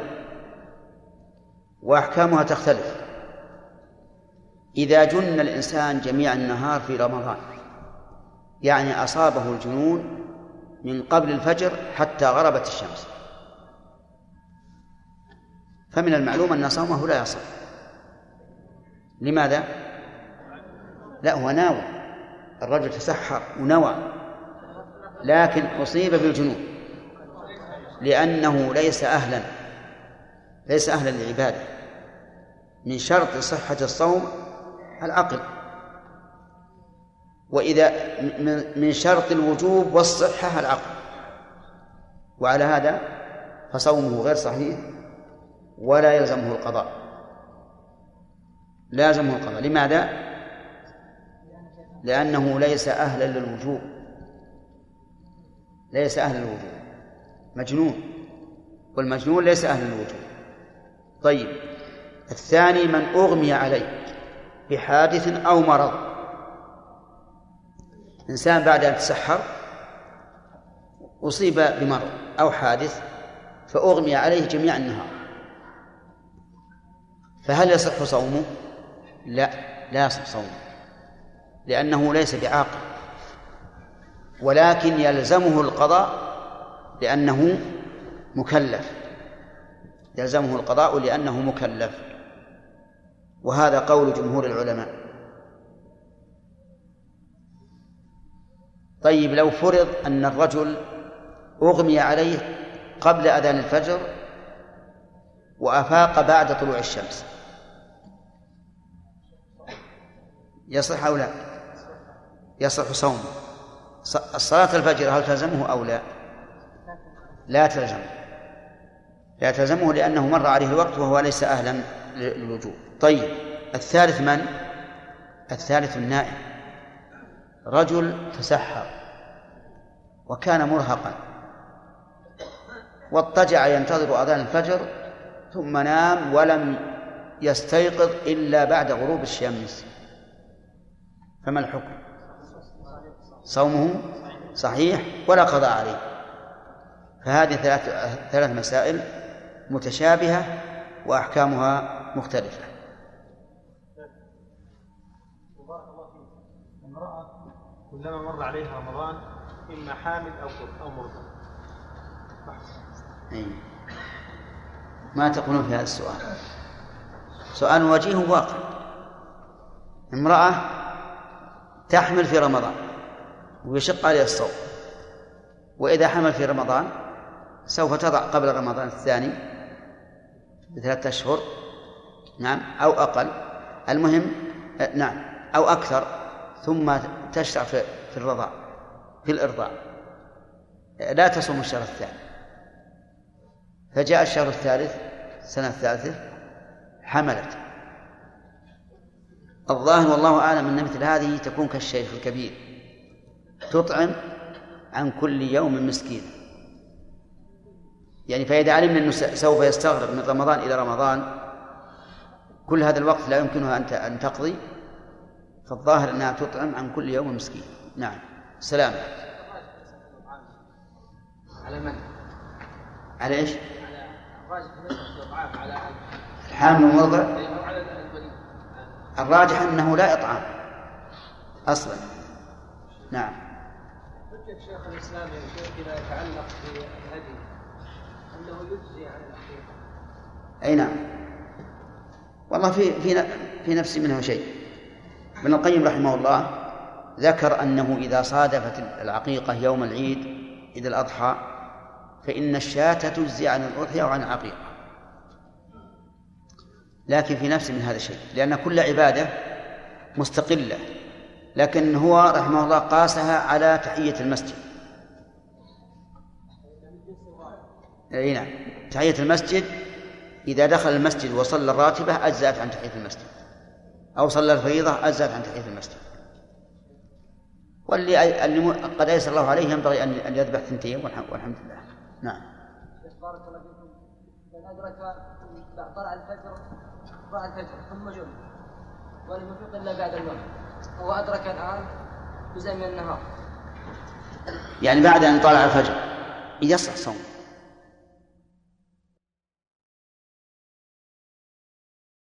وأحكامها تختلف. إذا جن الإنسان جميع النهار في رمضان، يعني أصابه الجنون من قبل الفجر حتى غربت الشمس، فمن المعلوم أن صومه لا يصح. لماذا؟ لا، هو ناوى، الرجل تسحر ونوى، لكن أصيب بالجنون لأنه ليس أهلا ليس أهلا للعبادة. من شرط صحة الصوم العقل، وإذا من شرط الوجوب والصحة العقل، وعلى هذا فصومه غير صحيح ولا يلزمه القضاء. لازمه القضاء. لماذا؟ لأنه ليس أهلا للوجوب، ليس أهلا للوجوب، مجنون، والمجنون ليس أهلا للوجوب. طيب، الثاني من أغمي عليه بحادث أو مرض. إنسان بعد أن تسحر أصيب بمرض أو حادث فأغمي عليه جميع النهار، فهل يصح صومه؟ لا، لا يصح صومه، لأنه ليس بعاقل، ولكن يلزمه القضاء لأنه مكلف، يلزمه القضاء لأنه مكلف، وهذا قول جمهور العلماء. طيب، لو فرض أن الرجل أغمي عليه قبل أذان الفجر وأفاق بعد طلوع الشمس، يصح أو لا؟ يصح صومه. الصلاة الفجر هل تلزمه أو لا؟ لا تلزمه، لا تلزمه لأنه مر عليه الوقت وهو ليس أهلا للوجوب. طيب، الثالث من؟ الثالث النائم. رجل تسحر وكان مرهقا واضطجع ينتظر أذان الفجر ثم نام ولم يستيقظ إلا بعد غروب الشمس، فما الحكم؟ صومه صحيح ولا قضاء عليه. فهذه ثلاث ثلاث مسائل متشابهة وأحكامها مختلفة. امرأة كلما مر عليها رمضان إما حامل أو أو مرضى. ما تقولون في هذا السؤال؟ سؤال وجيه واقع. امرأة تحمل في رمضان ويشق عليها الصوم، وإذا حمل في رمضان سوف تضع قبل رمضان الثاني بثلاثة أشهر، نعم، أو أقل، المهم نعم، أو أكثر، ثم تشرع في في الرضاع في الإرضاع، لا تصوم الشهر الثاني. فجاء الشهر الثالث السنة الثالثة حملت. الظاهر والله أعلم أن مثل هذه تكون كالشيخ الكبير، تطعم عن كل يوم مسكين. يعني فإذا علمنا أنه سوف يستغرق من رمضان إلى رمضان كل هذا الوقت لا يمكنها أن تقضي، فالظاهر أنها تطعم عن كل يوم مسكين. نعم. سلام. على من؟ على إيش؟ على الراجح على الحامل والمرضع. الراجح أنه لا إطعام أصلا. نعم. حجة شيخ الإسلام فيما يتعلق بالهدي أنه يجزي عن الحقيقة. أي نعم. والله في في في نفسي منه شيء. ابن القيم رحمه الله ذكر أنه إذا صادفت العقيقة يوم العيد عيد الأضحى فإن الشاة تجزي عن الأضحية وعن العقيقة، لكن في نفسي من هذا الشيء، لأن كل عبادة مستقلة، لكن هو رحمه الله قاسها على تحية المسجد. أي نعم، تحية المسجد إذا دخل المسجد وصلى الراتبة أجزأت عن تحية المسجد، أو صلى الفريضة أجزأت عن تحية المسجد. واللي قد أيسر الله عليه ينبغي أن يذبح ثنتين والحمد لله. نعم. بارك الله فيكم. من أدرك طلع الفجر طلع الفجر ثم جن ولم يفيق إلا بعد المغرب، هو أدرك الآن جزء من النهار، يعني بعد أن طلع الفجر يصح صوم.